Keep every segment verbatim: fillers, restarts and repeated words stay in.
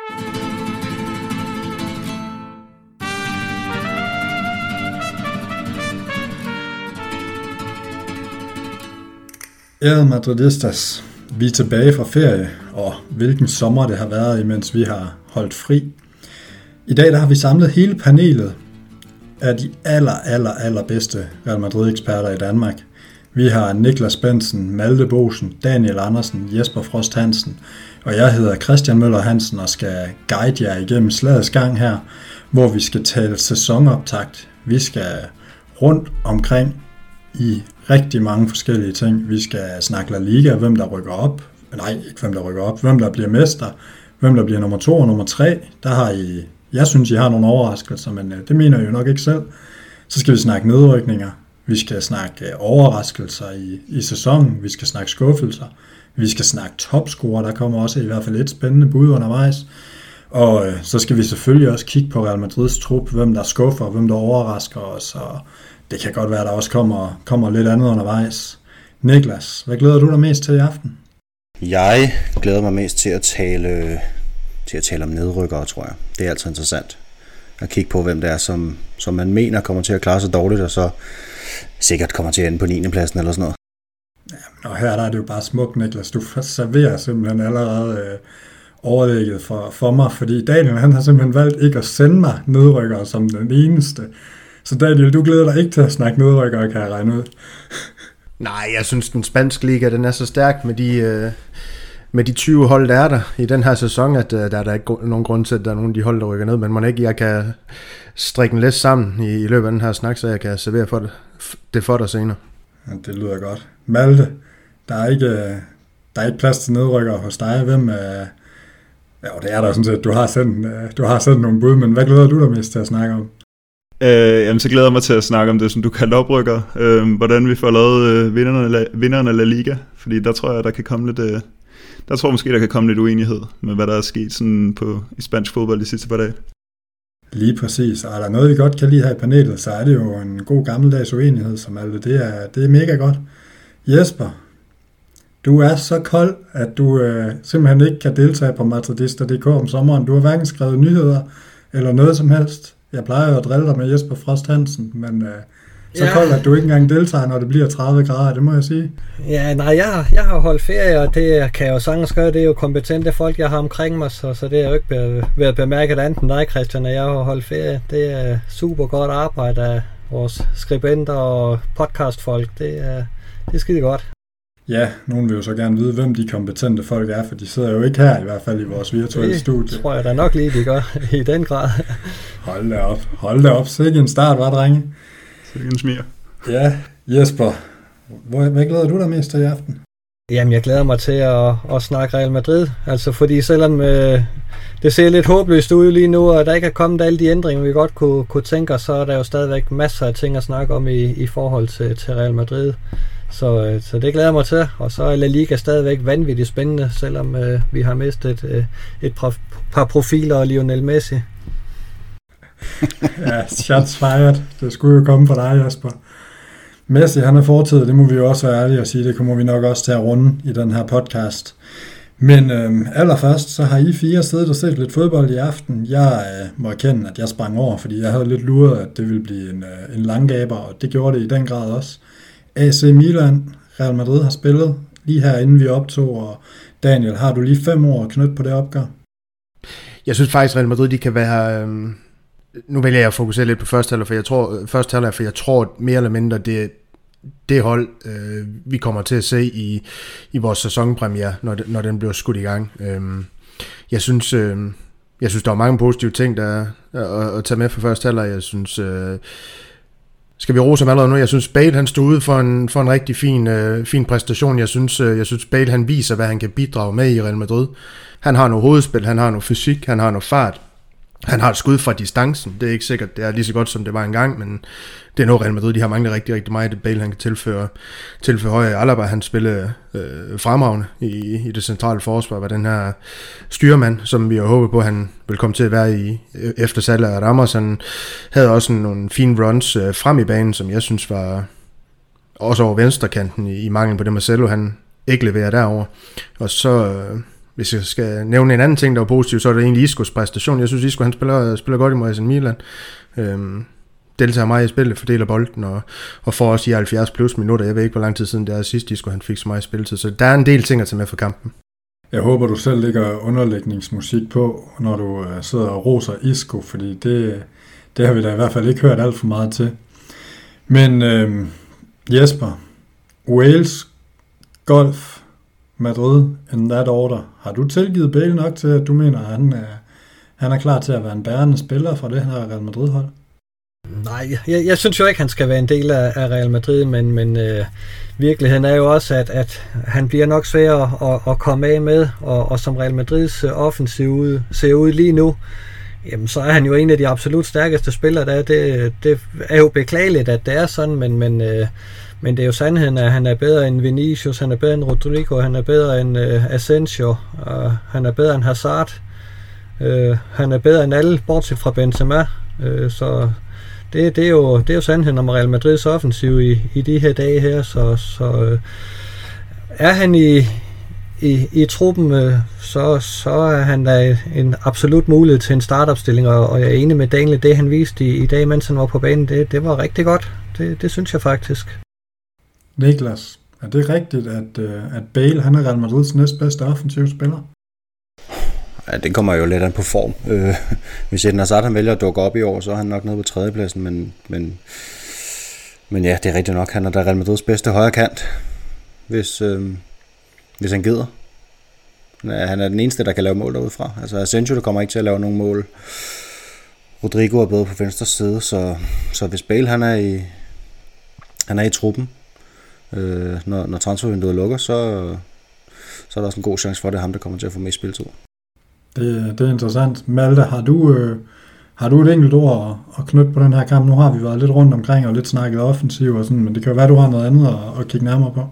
Ærede madridistas, vi er tilbage fra ferie, og hvilken sommer det har været, imens vi har holdt fri. I dag der har vi samlet hele panelet af de aller, aller, aller bedste Real Madrid-eksperter i Danmark. Vi har Niklas Bensen, Malte Bosen, Daniel Andersen, Jesper Frost Hansen, og jeg hedder Christian Møller Hansen og skal guide jer igennem slagets gang her, hvor vi skal tale sæsonoptakt. Vi skal rundt omkring i rigtig mange forskellige ting. Vi skal snakke La Liga, hvem der rykker op. Nej, ikke hvem der rykker op. Hvem der bliver mester. Hvem der bliver nummer to og nummer tre. Der har I, jeg synes, I har nogle overraskelser, men det mener I jo nok ikke selv. Så skal vi snakke nedrykninger. Vi skal snakke overraskelser i, i sæsonen. Vi skal snakke skuffelser. Vi skal snakke topscorer. Der kommer også i hvert fald et spændende bud undervejs. Og øh, så skal vi selvfølgelig også kigge på Real Madrids trup. Hvem der skuffer, hvem der overrasker os. Og det kan godt være, at der også kommer, kommer lidt andet undervejs. Niklas, hvad glæder du dig mest til i aften? Jeg glæder mig mest til at tale, til at tale om nedrykkere, tror jeg. Det er altid interessant at kigge på, hvem det er, som, som man mener kommer til at klare sig dårligt, og så sikkert kommer til at ende på niende pladsen eller sådan noget. Ja, og her der er det jo bare smukt, Niklas. Du serverer simpelthen allerede øh, overlægget for, for mig, fordi Daniel han har simpelthen valgt ikke at sende mig nedrykkere som den eneste. Så Daniel, du glæder dig ikke til at snakke nedrykkere, kan jeg regne ud. Nej, jeg synes, den spanske liga, den er så stærk med de, øh, med de tyve hold, der er der i den her sæson, at øh, der er der ikke nogen grund til, at der er nogen af de hold, der rykker ned. Men må ikke, jeg kan strikke en lidt sammen i, i løbet af den her snak, så jeg kan servere for det, det for dig senere. Ja, det lyder godt. Malte, der er ikke, der er ikke plads til nedrykkere hos dig. Hvem er... Ja, det er der sådan set. Du har sendt, du har sendt nogle bud, men hvad glæder du dig mest til at snakke om? Øh, jamen, så glæder jeg mig til at snakke om det, som du kalder oprykker. Øh, hvordan vi får lavet øh, vinderne, vinderne af La Liga. Fordi der tror jeg, der kan komme lidt... Øh, der tror jeg måske, der kan komme lidt uenighed med, hvad der er sket sådan på, i spansk fodbold de sidste par dage. Lige præcis. Og er der noget, vi godt kan lide her i panelet, så er det jo en god gammeldags uenighed, som alt det er. Det er mega godt. Jesper, du er så kold, at du øh, simpelthen ikke kan deltage på madridista punktum d k om sommeren. Du har hverken skrevet nyheder eller noget som helst. Jeg plejer jo at drille dig med Jesper Frost Hansen, men øh, så ja. Koldt, at du ikke engang deltager, når det bliver tredive grader, det må jeg sige. Ja, nej, jeg, jeg har holdt ferie, og det kan jeg jo sagtens gøre. Det er jo kompetente folk, jeg har omkring mig, så, så det er jo ikke ved at bemærke det andet end dig, Christian, at jeg har holdt ferie. Det er super godt arbejde af vores skribenter og podcastfolk. Det er, det er skide godt. Ja, nogen vil jo så gerne vide, hvem de kompetente folk er, for de sidder jo ikke her, i hvert fald i vores virtuelle det studie. Det tror jeg da nok lige, de gør i den grad. Hold da op, hold da op. Sikke en start, var drenge? Sikke en smir. Ja, Jesper, hvad glæder du dig mest til i aften? Jamen, jeg glæder mig til at, at snakke Real Madrid. Altså, fordi selvom øh, det ser lidt håbløst ud lige nu, og der ikke er kommet alle de ændringer, vi godt kunne, kunne tænke os, så er der jo stadigvæk masser af ting at snakke om i, i forhold til, til Real Madrid. Så, så det glæder mig til, og så er La Liga stadigvæk vanvittigt spændende, selvom øh, vi har mistet et, øh, et par, par profiler og Lionel Messi. Ja, shots fired. Det skulle jo komme fra dig, Jesper. Messi, han er fortid, det må vi jo også være ærlige at sige, det kommer vi nok også til at runde i den her podcast. Men øh, allerførst, så har I fire siddet og set lidt fodbold i aften. Jeg øh, må erkende, at jeg sprang over, fordi jeg havde lidt luret, at det ville blive en, øh, en langgaber, og det gjorde det i den grad også. A C Milan, Real Madrid har spillet lige her inden vi optog, og Daniel, har du lige fem år at knytte på det opgør? Jeg synes faktisk, Real Madrid, de kan være... Øhm, nu vælger jeg at fokusere lidt på første halvleg, for jeg tror, første halvleg, for jeg tror mere eller mindre, det det hold, øh, vi kommer til at se i, i vores sæsonpremiere, når, det, når den bliver skudt i gang. Øhm, jeg synes, øh, jeg synes, der er mange positive ting, der er at, at tage med for første halvleg. Jeg synes... Øh, Skal vi rose ham allerede nu? Jeg synes, Bale han stod ude for en, for en rigtig fin, øh, fin præstation. Jeg synes, øh, jeg synes, Bale han viser, hvad han kan bidrage med i Real Madrid. Han har noget hovedspil, han har noget fysik, han har noget fart. Han har et skud fra distancen. Det er ikke sikkert, det er lige så godt, som det var engang, men det er noget Real Madrid, de har manglet rigtig, rigtig meget. Det Bale han kan tilføre, tilføre høje. Alaba han spiller øh, fremragende i, i det centrale forsvar, var den her styrmand, som vi har håbet på, han vil komme til at være i efter salget af Ramos. Han havde også nogle fine runs øh, frem i banen, som jeg synes var også over venstrekanten i, i mangel på det Marcelo, han ikke leverer derover. Og så... Øh, hvis jeg skal nævne en anden ting, der var positiv, så er det egentlig Iscos præstation. Jeg synes, Isco han spiller, spiller godt i A C Milan. Øhm, deltager meget i spillet, fordeler bolden, og, og får også i halvfjerds plus minutter. Jeg ved ikke, hvor lang tid siden det er sidst, Isco han fik så meget spilletid. Så der er en del ting at tage med for kampen. Jeg håber, du selv lægger underlægningsmusik på, når du sidder og roser Isco, fordi det, det har vi da i hvert fald ikke hørt alt for meget til. Men øh, Jesper, Wales, golf, Madrid, in that order. Har du tilgivet Bale nok til, at du mener, at han er, han er klar til at være en bærende spiller fra det her Real Madrid-hold? Nej, jeg, jeg synes jo ikke, han skal være en del af, af Real Madrid, men, men øh, virkeligheden er jo også, at, at han bliver nok svær at, at, at komme af med, og, og som Real Madrids offensiv ud, ser ud lige nu, jamen, så er han jo en af de absolut stærkeste spillere, der er. Det, det er jo beklageligt, at det er sådan, men, men, øh, men det er jo sandheden, at han er bedre end Vinicius, han er bedre end Rodrigo, han er bedre end øh, Asensio, og han er bedre end Hazard, øh, han er bedre end alle, bortset fra Benzema, øh, så det, det, er jo, det er jo sandheden om Real Madrids offensiv i, i de her dage her, så, så øh, er han i I, i truppen, øh, så, så er han da en absolut mulighed til en startopstilling, og, og jeg er enig med Daniel, det han viste i, i dag, mens han var på banen, det, det var rigtig godt. Det, det synes jeg faktisk. Niklas, er det rigtigt, at, at Bale han er Real Madrids næstbedste offensive spiller? Ja, det kommer jo lidt an på form. Øh, hvis Eden Hazard han vælger at dukke op i år, så er han nok nede på tredjepladsen, men, men, men ja, det er rigtigt nok, han er da Real Madrids bedste højre kant, hvis... Øh, Hvis han gider. Han er den eneste, der kan lave mål derudefra. Altså Asensio, der kommer ikke til at lave nogen mål. Rodrigo er bedre på venstre side, så, så hvis Bale han er i, han er i truppen, øh, når, når transfervinduet lukker, så, så er der også en god chance for, at det er ham, der kommer til at få mest spilletid. Det, det er interessant. Malte, har du, øh, har du et enkelt ord at, at knytte på den her kamp? Nu har vi været lidt rundt omkring og lidt snakket offensiv og sådan, men det kan jo være, du har noget andet at, at kigge nærmere på.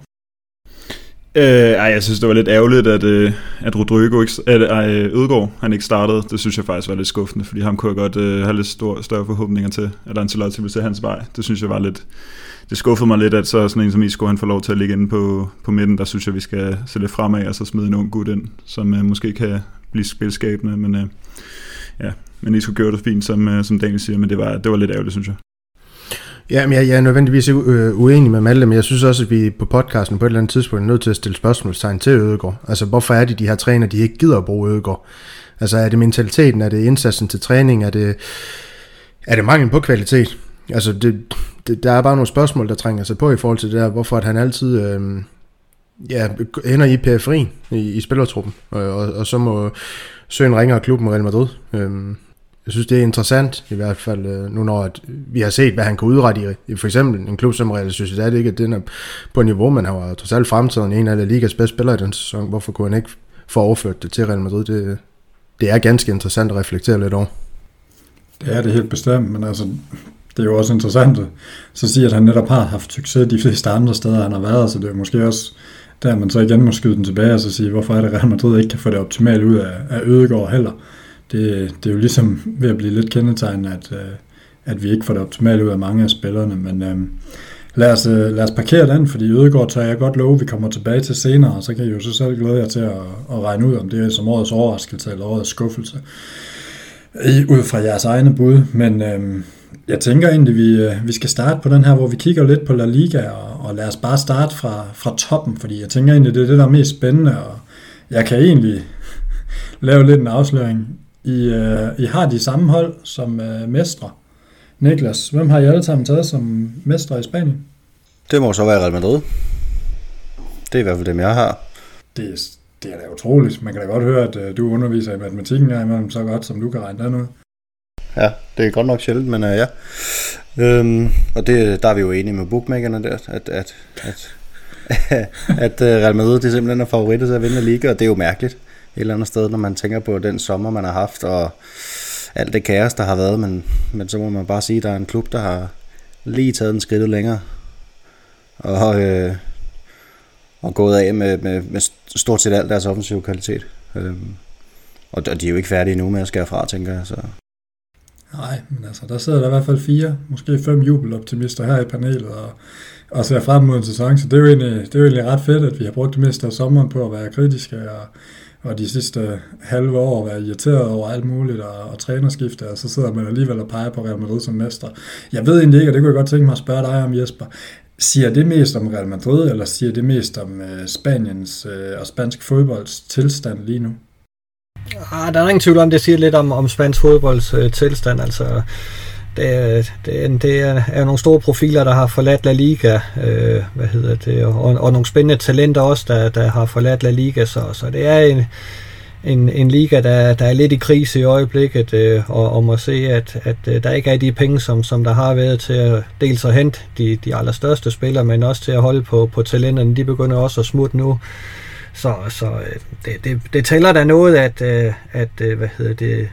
Øh, ej, jeg synes, det var lidt ærgerligt, at, øh, at Rodrigo ikke, at, øh, Ødegaard, han ikke startede. Det synes jeg faktisk var lidt skuffende, fordi ham kunne jeg godt øh, have lidt stor, større forhåbninger til, eller Ancelotti ville se hans vej. Det synes jeg var lidt, det skuffede mig lidt, at så sådan en som Isco, han får lov til at ligge inde på, på midten. Der synes jeg, vi skal se lidt fremad, og så smide en ung gut ind, som øh, måske kan blive spilskabende, men øh, ja, men Isco gjorde det fint, som, øh, som Daniel siger, men det var, det var lidt ærgerligt, synes jeg. Ja, men jeg, jeg er nødvendigvis uenig med Malte, men jeg synes også, at vi på podcasten på et eller andet tidspunkt er nødt til at stille spørgsmålstegn til Ødegaard. Altså, hvorfor er det, de her træner, de ikke gider at bruge Ødegaard? Altså, er det mentaliteten? Er det indsatsen til træning? Er det, er det mangel på kvalitet? Altså, det, det, der er bare nogle spørgsmål, der trænger sig på i forhold til det der, hvorfor at han altid øh, ja, ender i periferien i, i spillertruppen, og, og, og så må søge en ringere klub med Real Madrid. Øh, Jeg synes, det er interessant, i hvert fald nu, når at vi har set, hvad han kan udrette i for eksempel en klub som Real Sociedad, ikke at den er på niveau, men han var trods alt fremtiden en af La Ligas bedste spillere i den sæson. Hvorfor kunne han ikke få overført det til Real Madrid? Det, det er ganske interessant at reflektere lidt over. Det er det helt bestemt, men altså, det er jo også interessant at så sige, at han netop har haft succes de fleste andre steder, han har været, så det er måske også der, man så igen må skyde den tilbage og så sige, hvorfor er det Real Madrid ikke kan få det optimalt ud af, af Ødegaard heller. Det, det er jo ligesom ved at blive lidt kendetegnet, at, at vi ikke får det optimalt ud af mange af spillerne, men øhm, lad, os, lad os parkere den, fordi Ødegaard tager jeg godt love, vi kommer tilbage til senere, og så kan I jo så selv glæde jer til at, at regne ud, om det er som årets overraskelse eller årets skuffelse, I, ud fra jeres egne bud, men øhm, jeg tænker egentlig, vi, vi skal starte på den her, hvor vi kigger lidt på La Liga, og, og lad os bare starte fra, fra toppen, fordi jeg tænker egentlig, det er det, der er mest spændende, og jeg kan egentlig lave lidt en afsløring. I, øh, I har de samme hold som øh, mestre. Niklas, hvem har I alle sammen taget som mestre i Spanien? Det må så være Real Madrid. Det er i hvert fald dem, jeg har. Det er, det er da utroligt. Man kan da godt høre, at øh, du underviser i matematikken her imellem så godt, som du kan regne den ud. Ja, det er godt nok sjældent, men øh, ja. Øhm, og det, der er vi jo enige med bookmakerne der, at, at, at, at øh, Real Madrid det simpelthen er favoritter til at vinde Liga, og det er jo mærkeligt. Et eller andet sted, når man tænker på den sommer, man har haft, og alt det kaos, der har været, men, men så må man bare sige, at der er en klub, der har lige taget en skridt længere, og, øh, og gået af med, med, med stort set alt deres offensive kvalitet. Øhm, og de er jo ikke færdige endnu med at skære fra, tænker jeg. Så. Nej, men altså, der sidder der i hvert fald fire, måske fem jubeloptimister her i panelet, og, og ser frem mod en sæson, så det er, jo egentlig, det er jo egentlig ret fedt, at vi har brugt det meste af sommeren på at være kritiske, og og de sidste halve år været irriteret over alt muligt og, og trænerskifte, og så sidder man alligevel og peger på Real Madrid som mestre. Jeg ved egentlig ikke, og det kunne jeg godt tænke mig at spørge dig om, Jesper. Siger det mest om Real Madrid, eller siger det mest om øh, Spaniens øh, og spansk fodbolds tilstand lige nu? Ah, der er ingen tvivl om, det siger lidt om, om spansk fodbolds øh, tilstand. Altså, det, det, det er, er nogle store profiler, der har forladt La Liga, øh, hvad hedder det, og, og nogle spændende talenter også, der, der har forladt La Liga, så, så det er en, en, en liga, der, der er lidt i krise i øjeblikket, øh, og, og må se, at, at der ikke er de penge, som, som der har været til at dels at hente de, de allerstørste spillere, men også til at holde på, på talenterne. De begynder også at smutte nu. Så, så det, det, det tæller da noget, at, at hvad hedder det,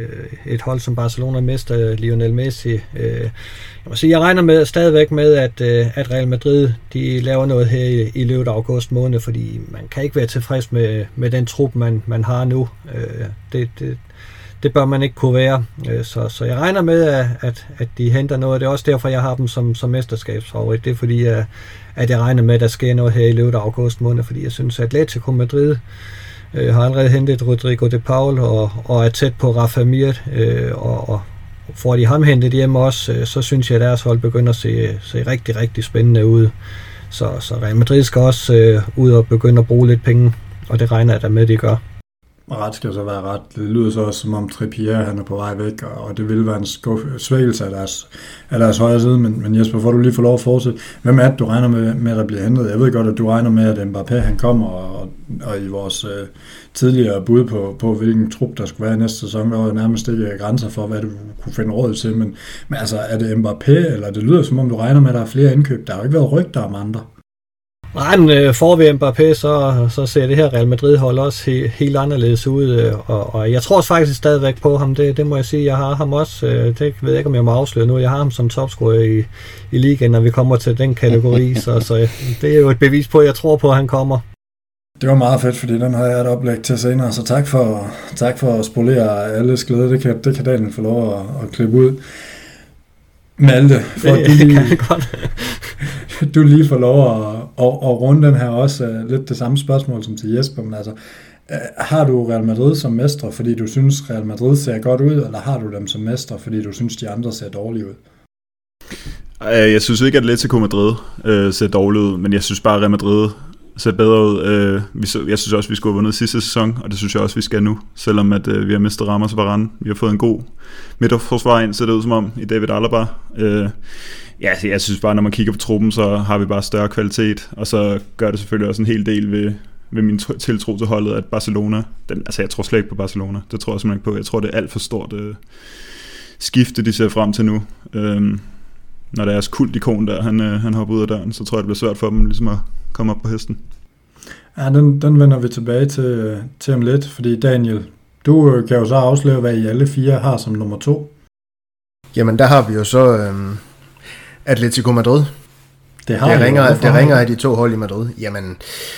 et hold som Barcelona mister Lionel Messi. Jeg må sige, jeg regner med, stadigvæk med, at, at Real Madrid de laver noget her i, i løbet af august måned, fordi man kan ikke være tilfreds med, med den trup, man, man har nu. Det, det, det bør man ikke kunne være. Så, så jeg regner med, at, at de henter noget. Det er også derfor, jeg har dem som, som mesterskabsfavorit. Det er fordi, at, at jeg regner med, at der sker noget her i løbet af august måned, fordi jeg synes, at Atletico Madrid øh, har allerede hentet Rodrigo de Paul og, og er tæt på Rafa Mir, øh, og, og får de ham hentet hjemme også, øh, så synes jeg, at deres hold begynder at se, se rigtig, rigtig spændende ud. Så, så Real Madrid skal også øh, ud og begynde at bruge lidt penge, og det regner jeg da med, at de gør. Ret skal så være ret. Det lyder så også, som om Trippier han er på vej væk, og det vil være en svækkelse af deres, af deres højre side, men, men Jesper, får du lige få lov at fortsætte. Hvem er det, du regner med, med at blive hentet? Jeg ved godt, at du regner med, at Mbappé han kommer, og, og i vores øh, tidligere bud på, på, hvilken trup der skulle være næste sæson, der var nærmest ikke grænser for, hvad du kunne finde råd til, men, men altså, er det Mbappé, eller det lyder som om, du regner med, at der er flere indkøb? Der har jo ikke været rygter om andre. Nej, men får vi Mbappé, så, så ser det her Real Madrid-hold også he, helt anderledes ud, og, og jeg tror faktisk stadigvæk på ham, det, det må jeg sige. Jeg har ham også, det ved jeg ikke, om jeg må afsløre nu, jeg har ham som topscorer i, i ligaen, når vi kommer til den kategori, så, så det er jo et bevis på, at jeg tror på, at han kommer. Det var meget fedt, fordi den har jeg et oplæg til senere, så tak for, tak for at spolere alles glæde, det kan, det kan Daniel få lov at, at klippe ud. Malte, for det, du lige, kan godt. du lige får lov at, at, at runde den her også uh, lidt det samme spørgsmål som til Jesper, men altså, uh, har du Real Madrid som mestre, fordi du synes Real Madrid ser godt ud, eller har du dem som mestre, fordi du synes de andre ser dårlige ud? Jeg synes ikke, at Atletico Madrid uh, ser dårligt ud, men jeg synes bare, at Real Madrid ser bedre ud. Uh, vi så, jeg synes også, at vi skulle have vundet sidste sæson, og det synes jeg også, vi skal nu, selvom at uh, vi har mistet Ramos og Varane. Vi har fået en god midterforsvar ind, ser det ud som om, i David Alaba. Uh, ja, jeg synes bare, når man kigger på truppen, så har vi bare større kvalitet, og så gør det selvfølgelig også en hel del ved, ved min tiltro til holdet, at Barcelona, den, altså jeg tror slet ikke på Barcelona, det tror jeg simpelthen ikke på. Jeg tror, det er alt for stort uh, skifte, de ser frem til nu. Uh, når deres kult-ikon der, han, uh, han hopper ud af døren, så tror jeg, det bliver svært for dem ligesom at komme op på hesten. Ja, den, den vender vi tilbage til, til om lidt, fordi Daniel, du kan jo så afsløre, hvad I alle fire har som nummer to. Jamen, der har vi jo så øhm, Atletico Madrid. Det har det jeg ringer, jo. det ringer af de to hold i Madrid. Jamen,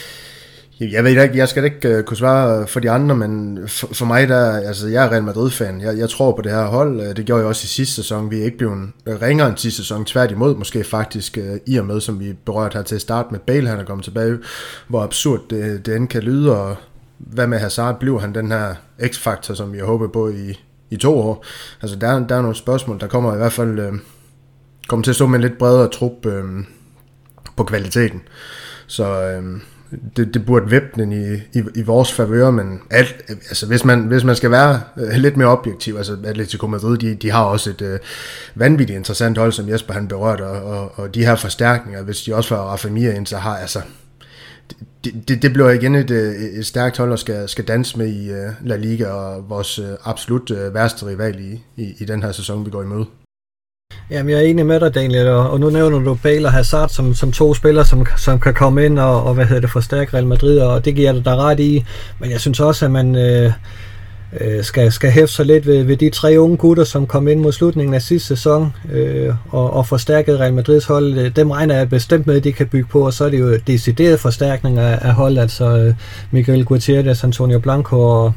jeg ved ikke, jeg skal ikke uh, kunne svare for de andre, men for, for mig, der, altså, jeg er Real Madrid-fan. Jeg, jeg tror på det her hold. Det gjorde jeg også i sidste sæson. Vi er ikke blevet ringere end sidste sæson. Tværtimod, måske faktisk uh, i og med, som vi berørte her til at starte med Bale, han er kommet tilbage. Hvor absurd det, det end kan lyde, og hvad med Hazard, bliver han den her X-faktor, som vi har håbet på i, i to år. Altså, der, der er nogle spørgsmål, der kommer i hvert fald uh, kommer til at stå med en lidt bredere trup uh, på kvaliteten. Så... Uh, Det, det burde vippe den i, i, i vores favør, men alt, altså hvis, man, hvis man skal være øh, lidt mere objektiv, altså Atletico Madrid, de, de har også et øh, vanvittigt interessant hold, som Jesper han berørte, og, og, og de her forstærkninger, hvis de også får Rafa Mir ind, så har altså, det, det, det bliver igen et, et stærkt hold, der skal, skal danse med i øh, La Liga, og vores øh, absolut øh, værste rival i, i, i den her sæson, vi går i møde. Jamen, jeg er enig med dig, Daniel, og, og nu nævner du Bale og Hazard som, som to spillere, som, som kan komme ind og, og hvad hedder det, forstærke Real Madrid, og det giver jeg dig ret i, men jeg synes også, at man øh, øh, skal, skal hæfte sig lidt ved, ved de tre unge gutter, som kom ind mod slutningen af sidste sæson øh, og, og forstærkede Real Madrids hold. Dem regner jeg bestemt med, at de kan bygge på, og så er det jo deciderede forstærkninger af, af hold, altså øh, Miguel Gutierrez, Antonio Blanco og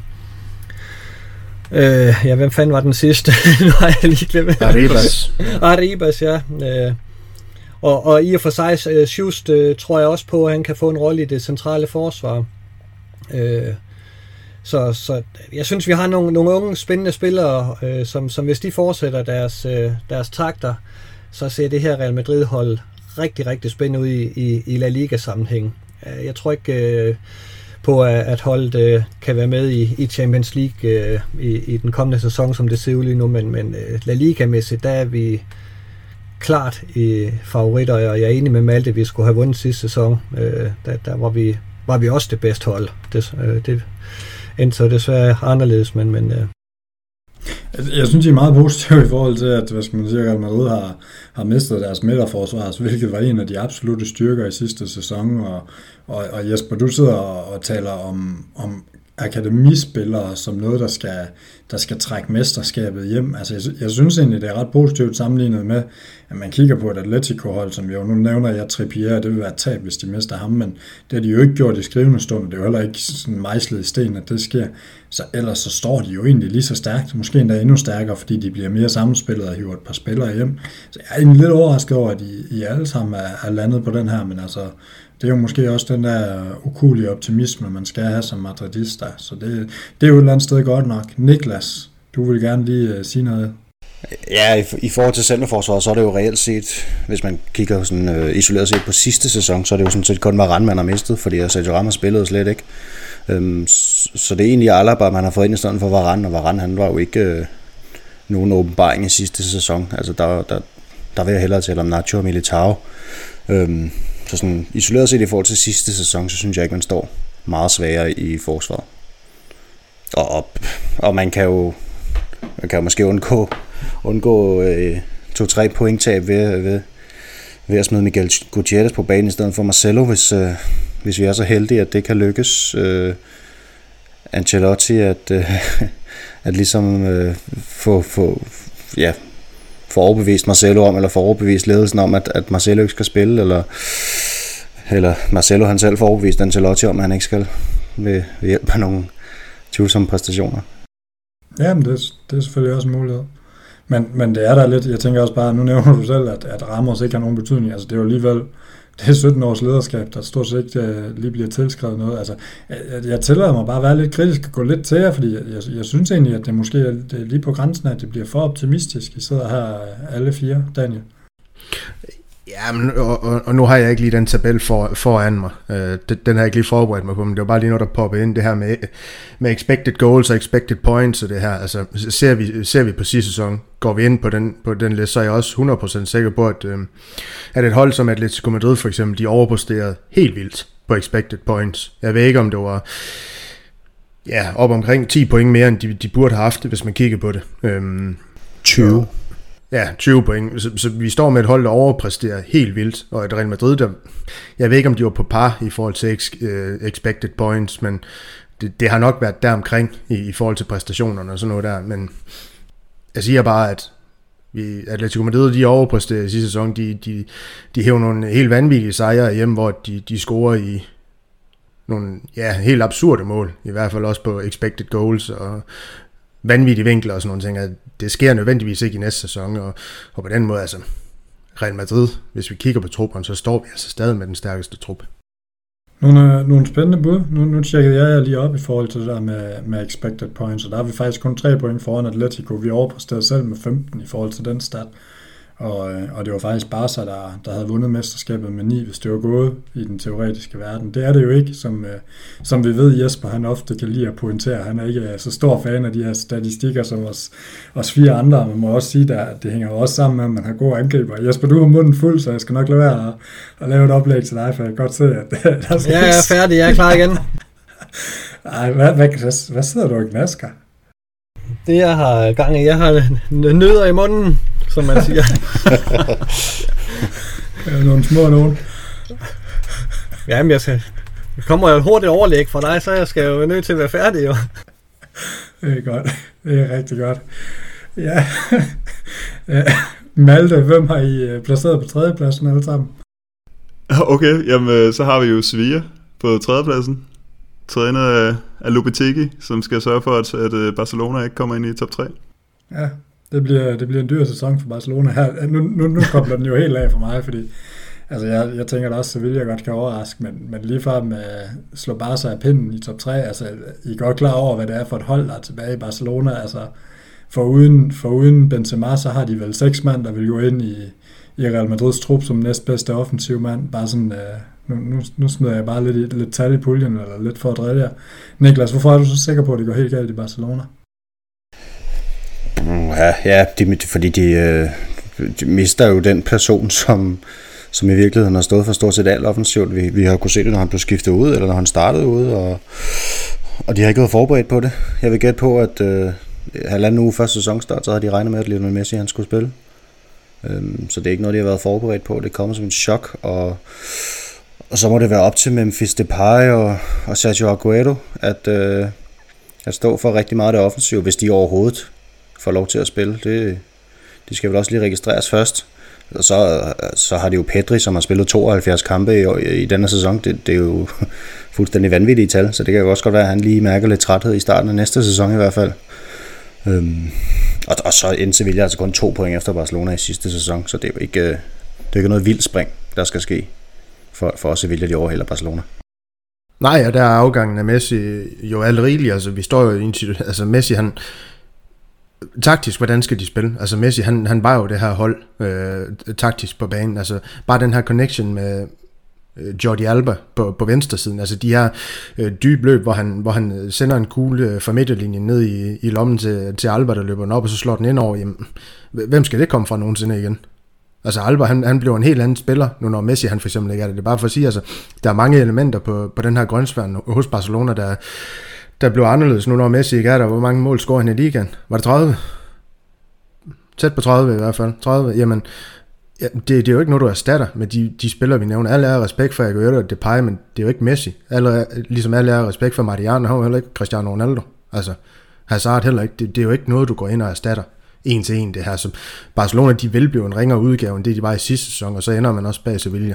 Øh, ja, hvem fanden var den sidste? Nu har jeg lige glemt. Arribas. Arribas, ja. Øh, og, og i og for sig, uh, Just uh, tror jeg også på, at han kan få en rolle i det centrale forsvar. Øh, Så, så jeg synes, vi har nogle, nogle unge, spændende spillere, øh, som, som hvis de fortsætter deres, øh, deres takter, så ser det her Real Madrid-hold rigtig, rigtig spændende ud i, i, i La Liga-sammenhæng. Jeg tror ikke øh, på, at holdet øh, kan være med i, i Champions League øh, i, i den kommende sæson, som det ser ud lige nu, men, men øh, La Liga-mæssigt, der er vi klart i favoritter, og jeg er enig med Malte, at vi skulle have vundet sidste sæson. Øh, der der var, vi, var vi også det bedste hold. Det, øh, det endte så desværre anderledes, men... men øh. Jeg synes, de er meget positive i forhold til, at hvad skal man sige, Real Madrid har, har mistet deres midterforsvar, hvilket var en af de absolutte styrker i sidste sæson. Og, og, og Jesper, du sidder og, og taler om, om akademispillere som noget, der skal, der skal trække mesterskabet hjem. Altså, jeg, jeg synes egentlig, det er ret positivt sammenlignet med, at man kigger på et Atletico-hold, som jo nu nævner jeg Trippier, det vil være et tab, hvis de mister ham, men det har de jo ikke gjort i skrivende stund, det er jo heller ikke sådan mejslet i sten, at det sker. Så ellers så står de jo egentlig lige så stærkt, måske endda endnu stærkere, fordi de bliver mere sammenspillet og hiver et par spillere hjem. Så jeg er egentlig lidt overrasket over, at I, I alle sammen er, er landet på den her, men altså, det er jo måske også den der ukulige optimisme, man skal have som madridista. Så det, det er jo et eller andet sted godt nok. Niklas, du vil gerne lige uh, sige noget. Ja, i, i forhold til centerforsvaret, så er det jo reelt set, hvis man kigger sådan, øh, isoleret set på sidste sæson, så er det jo sådan set kun Varane, man har mistet, fordi Sergio Ramos spillede slet ikke. Øhm, så, så det er egentlig Alaba, man har fået ind i stedet for Varane, og Varane, han var jo ikke øh, nogen åbenbaring i sidste sæson. Altså der, der, der vil jeg hellere tale om Nacho og Militao. Øhm, så sådan isoleret set i forhold til sidste sæson, så synes jeg ikke, man står meget svagere i forsvaret. Og, og, og man kan jo man kan jo måske undgå undgå øh, to-tre pointtab ved, ved, ved at smide Miguel Gutierrez på banen i stedet for Marcelo, hvis, øh, hvis vi er så heldige, at det kan lykkes øh, Ancelotti at, øh, at ligesom øh, få, få, ja, få overbevist Marcelo om, eller få overbevist ledelsen om, at, at Marcelo ikke skal spille, eller, eller Marcelo han selv får overbevist Ancelotti om, at han ikke skal ved, ved hjælp af nogle tvivlsomme præstationer. Ja, men det, det er selvfølgelig også en mulighed. Men, men det er der lidt, jeg tænker også bare, nu nævner du selv, at, at Ramos ikke har nogen betydning. Altså det er jo alligevel, det er sytten års lederskab, der stort set ikke uh, lige bliver tilskrevet noget. Altså jeg, jeg tillader mig bare at være lidt kritisk og gå lidt til jer, fordi jeg, jeg, jeg synes egentlig, at det måske er, det er lige på grænsen, at det bliver for optimistisk. I sidder her alle fire, Daniel. Ja, men, og, og, og nu har jeg ikke lige den tabel for, foran mig. Øh, den, den har jeg ikke lige forberedt mig på, men det var bare lige noget, der poppede ind, det her med, med expected goals og expected points og det her. Altså, ser vi, ser vi på sidste sæson, går vi ind på den, på den liste, så er jeg også hundrede procent sikker på, at, øh, at et hold som Atletico Madrid for eksempel, de overposterede helt vildt på expected points. Jeg ved ikke, om det var ja, op omkring ti point mere, end de, de burde have haft, hvis man kigger på det. Øhm, tyve. Ja, tyve point. Så, så vi står med et hold, der overpræsterer helt vildt, og et Real Madrid, der, jeg ved ikke, om de var på par i forhold til ex, uh, expected points, men det, det har nok været deromkring i, i forhold til præstationerne og sådan noget der, men jeg siger bare, at vi, Atletico Madrid, de overpræsterer i sidste sæson, de, de, de hæver nogle helt vanvittige sejre hjem, hvor de, de scorer i nogle ja, helt absurde mål, i hvert fald også på expected goals og vanvittige vinkler og sådan nogle ting, at det sker nødvendigvis ikke i næste sæson, og, og på den måde, altså, Real Madrid, hvis vi kigger på truppen, så står vi altså stadig med den stærkeste trup. Nogle, nogle spændende bud. Nu, nu tjekkede jeg lige op i forhold til det der med, med expected points, og der har vi faktisk kun tre point foran Atletico. Vi overpræsterede selv med femten i forhold til den stat. Og, og det var faktisk Barca, der, der havde vundet mesterskabet med ni, hvis det var gået i den teoretiske verden. Det er det jo ikke, som, som vi ved, Jesper han ofte kan lide at pointere. Han er ikke så stor fan af de her statistikker som os, os fire andre. Man må også sige, at det hænger jo også sammen med, at man har gode angriber. Jesper, du har munden fuld, så jeg skal nok lade være at, at lave et oplæg til dig, for jeg kan godt se, at der skal... Ja, jeg er færdig, jeg er klar igen. Ej, hvad, hvad, hvad, hvad sidder du og gnasker? Det jeg har gang i, jeg har nødder i munden, som man siger. Nogle små nogen. Jamen, jeg skal... Jeg kommer jo hurtigt overlæg fra dig, så jeg skal jo nødt til at være færdig, jo. Det er godt. Det er rigtig godt. Ja. Malte, hvem har I placeret på tredjepladsen alle sammen? Okay, jamen så har vi jo Sevilla på tredjepladsen. Trænet af, af Lopetegui, som skal sørge for, at, at Barcelona ikke kommer ind i top tre. Ja, det bliver, det bliver en dyr sæson for Barcelona her. Nu, nu, nu kobler den jo helt af for mig, fordi Altså, jeg, jeg tænker da også, at Sevilla godt kan overraske, men, men lige for med at slå Barca af pinden i top tre, altså, I er godt klar over, hvad det er for et hold, der er tilbage i Barcelona. Altså, for uden, for uden Benzema, så har de vel seks mand, der vil gå ind i, i Real Madrids trup som næstbedste offensiv mand. Bare sådan, uh, nu, nu, nu smider jeg bare lidt, lidt tal i puljen, eller lidt for at drille jer. Niklas, hvorfor er du så sikker på, at det går helt galt i Barcelona? Ja, ja de, fordi de, de mister jo den person, som, som i virkeligheden har stået for stort set alt offensivt. Vi, vi har kunnet se det, når han blev skiftet ud, eller når han startede ud, og, og de har ikke været forberedt på det. Jeg vil gætte på, at øh, halvanden uge første sæsonstart, så havde de regnet med, at Lionel Messi han skulle spille. Øhm, så det er ikke noget, de har været forberedt på. Det kommer som en chok, og, og så må det være op til Memphis Depay og, og Sergio Aguero, at, øh, at stå for rigtig meget af det offensive, hvis de overhovedet får lov til at spille. Det, de skal vel også lige registreres først. Og så, så har de jo Pedri, som har spillet tooghalvfjerds kampe i, i denne sæson. Det, det er jo fuldstændig vanvittige tal, så det kan jo også godt være, at han lige mærker lidt træthed i starten af næste sæson i hvert fald. Øhm, og, og så endte Sevilla altså kun to point efter Barcelona i sidste sæson, så det er jo ikke, det er ikke noget vildt spring, der skal ske for, for Sevilla, de overhælder Barcelona. Nej, og der er afgangen af Messi jo alt rigeligt. Altså, vi står jo i en situation, altså Messi, han taktisk, hvordan skal de spille? Altså Messi, han, han var jo det her hold øh, taktisk på banen. Altså bare den her connection med øh, Jordi Alba på, på venstre siden. Altså de her øh, dybe løb, hvor han, hvor han sender en kugle fra midterlinjen ned i, i lommen til, til Alba, der løber den op, og så slår den ind over. Jamen, hvem skal det komme fra nogensinde igen? Altså Alba, han, han bliver en helt anden spiller, nu når Messi han for eksempel ikke er det. Det er bare for at sige, altså der er mange elementer på, på den her grønsværen hos Barcelona, der der blev anderledes nu, når Messi ikke er der. Hvor mange mål scorer han i ligaen? Var det tredive? Tæt på tredive i hvert fald. tredive, jamen, ja, det, det er jo ikke noget, du erstatter med de, de spillere, vi nævner. Alle er respekt for Aguero og Depay, men det er jo ikke Messi. Alle er, ligesom alle er respekt for Mariano, og heller ikke Cristiano Ronaldo. Altså, Hazard heller ikke. Det, det er jo ikke noget, du går ind og erstatter en til en, det her. Så Barcelona, de vil blive en ringere udgave, end det de var i sidste sæson, og så ender man også bag Sevilla.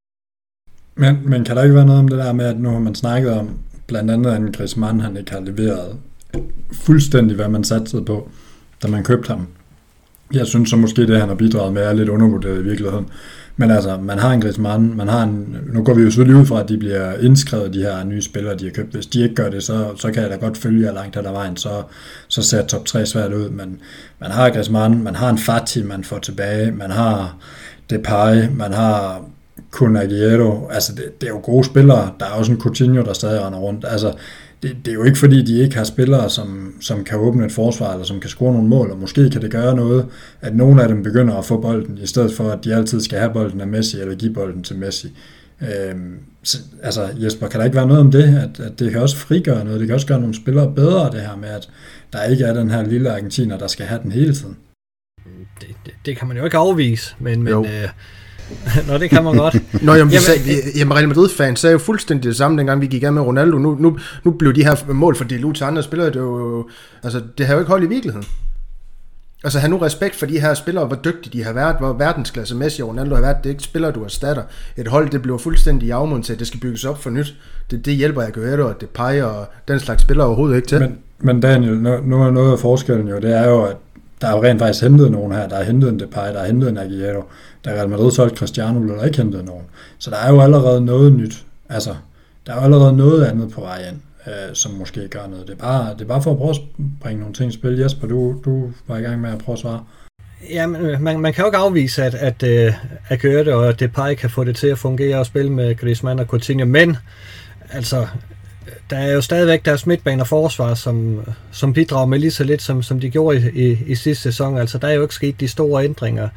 Men, men kan der ikke være noget om det der med, at nu har man snakket om, blandt andet at Griezmann, han ikke har leveret fuldstændig, hvad man satsede på, da man købte ham. Jeg synes så måske, det han har bidraget med, er lidt undervurderet i virkeligheden. Men altså, man har en Griezmann, man har en, nu går vi jo selvfølgelig ud fra, at de bliver indskrevet, de her nye spillere, de har købt. Hvis de ikke gør det, så, så kan jeg da godt følge jer langt ad vejen, så, så ser top tre svært ud. Men man har Griezmann, man har en Fati, man får tilbage, man har Depay, man har Kun Aguero, altså det, det er jo gode spillere. Der er også en Coutinho, der stadig render rundt. Altså, det, det er jo ikke fordi, de ikke har spillere, som, som kan åbne et forsvar, eller som kan score nogle mål, og måske kan det gøre noget, at nogle af dem begynder at få bolden, i stedet for, at de altid skal have bolden af Messi, eller give bolden til Messi. Øhm, så, altså Jesper, kan der ikke være noget om det, at, at det kan også frigøre noget, det kan også gøre nogle spillere bedre, det her med, at der ikke er den her lille argentiner, der skal have den hele tiden? Det, det, det kan man jo ikke afvise, men... men øh Nå, det kan man godt. Nå, jamen, jamen, sagde, jamen Real Madrid-fans sagde jo fuldstændig det samme, dengang vi gik af med Ronaldo. Nu, nu, nu blev de her mål fordelt ud til andre spillere. Det, jo, altså, det har jo ikke hold i virkeligheden. Altså, have nu respekt for de her spillere, hvor dygtige de har været, hvor verdensklasse Messi og Ronaldo har været. Det er ikke spillere, du erstatter. Et hold, det bliver fuldstændig afmålet til, at det skal bygges op for nyt. Det, det hjælper Aguero og Depay og den slags spillere overhovedet ikke til. Men, men Daniel, nu er noget af forskellen jo, det er jo, at der er jo rent faktisk hentet nogen her. Der er hentet en Depay, der er hentet en Aguero. Da Real Madrid solgte Cristiano, blev der ikke hentet nogen. Så der er jo allerede noget nyt. Altså, der er jo allerede noget andet på vej ind, øh, som måske gør noget. Det er, bare, det er bare for at prøve at bringe nogle ting i spil. Jesper, du, du var i gang med at prøve at svare. Ja, men man, man kan jo ikke afvise, at, at uh, Aguero og Depay kan få det til at fungere og spille med Griezmann og Coutinho, men altså, der er jo stadigvæk deres midtbane og forsvar, som, som bidrager med lige så lidt, som, som de gjorde i, i, i sidste sæson. Altså, der er jo ikke sket de store ændringer.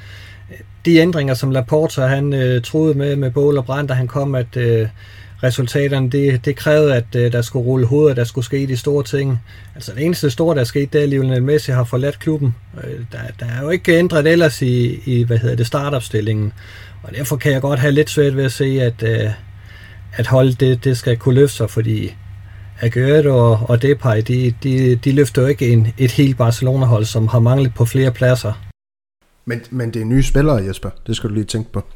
De ændringer, som Laporta han øh, troede med, med bål og brand, da han kom, at øh, resultaterne, det, det krævede, at øh, der skulle rulle hovedet, at der skulle ske de store ting. Altså det eneste store, der er sket, det er, at Lionel Messi har forladt klubben. Øh, der, der er jo ikke ændret ellers i, i hvad hedder det, startopstillingen. Og derfor kan jeg godt have lidt svært ved at se, at, øh, at holdet det, det skal kunne løfte sig, fordi Aguero og, og Depay, de, de, de løfter jo ikke en, et helt Barcelona-hold, som har manglet på flere pladser. Men, men det er nye spillere, Jesper. Det skal du lige tænke på.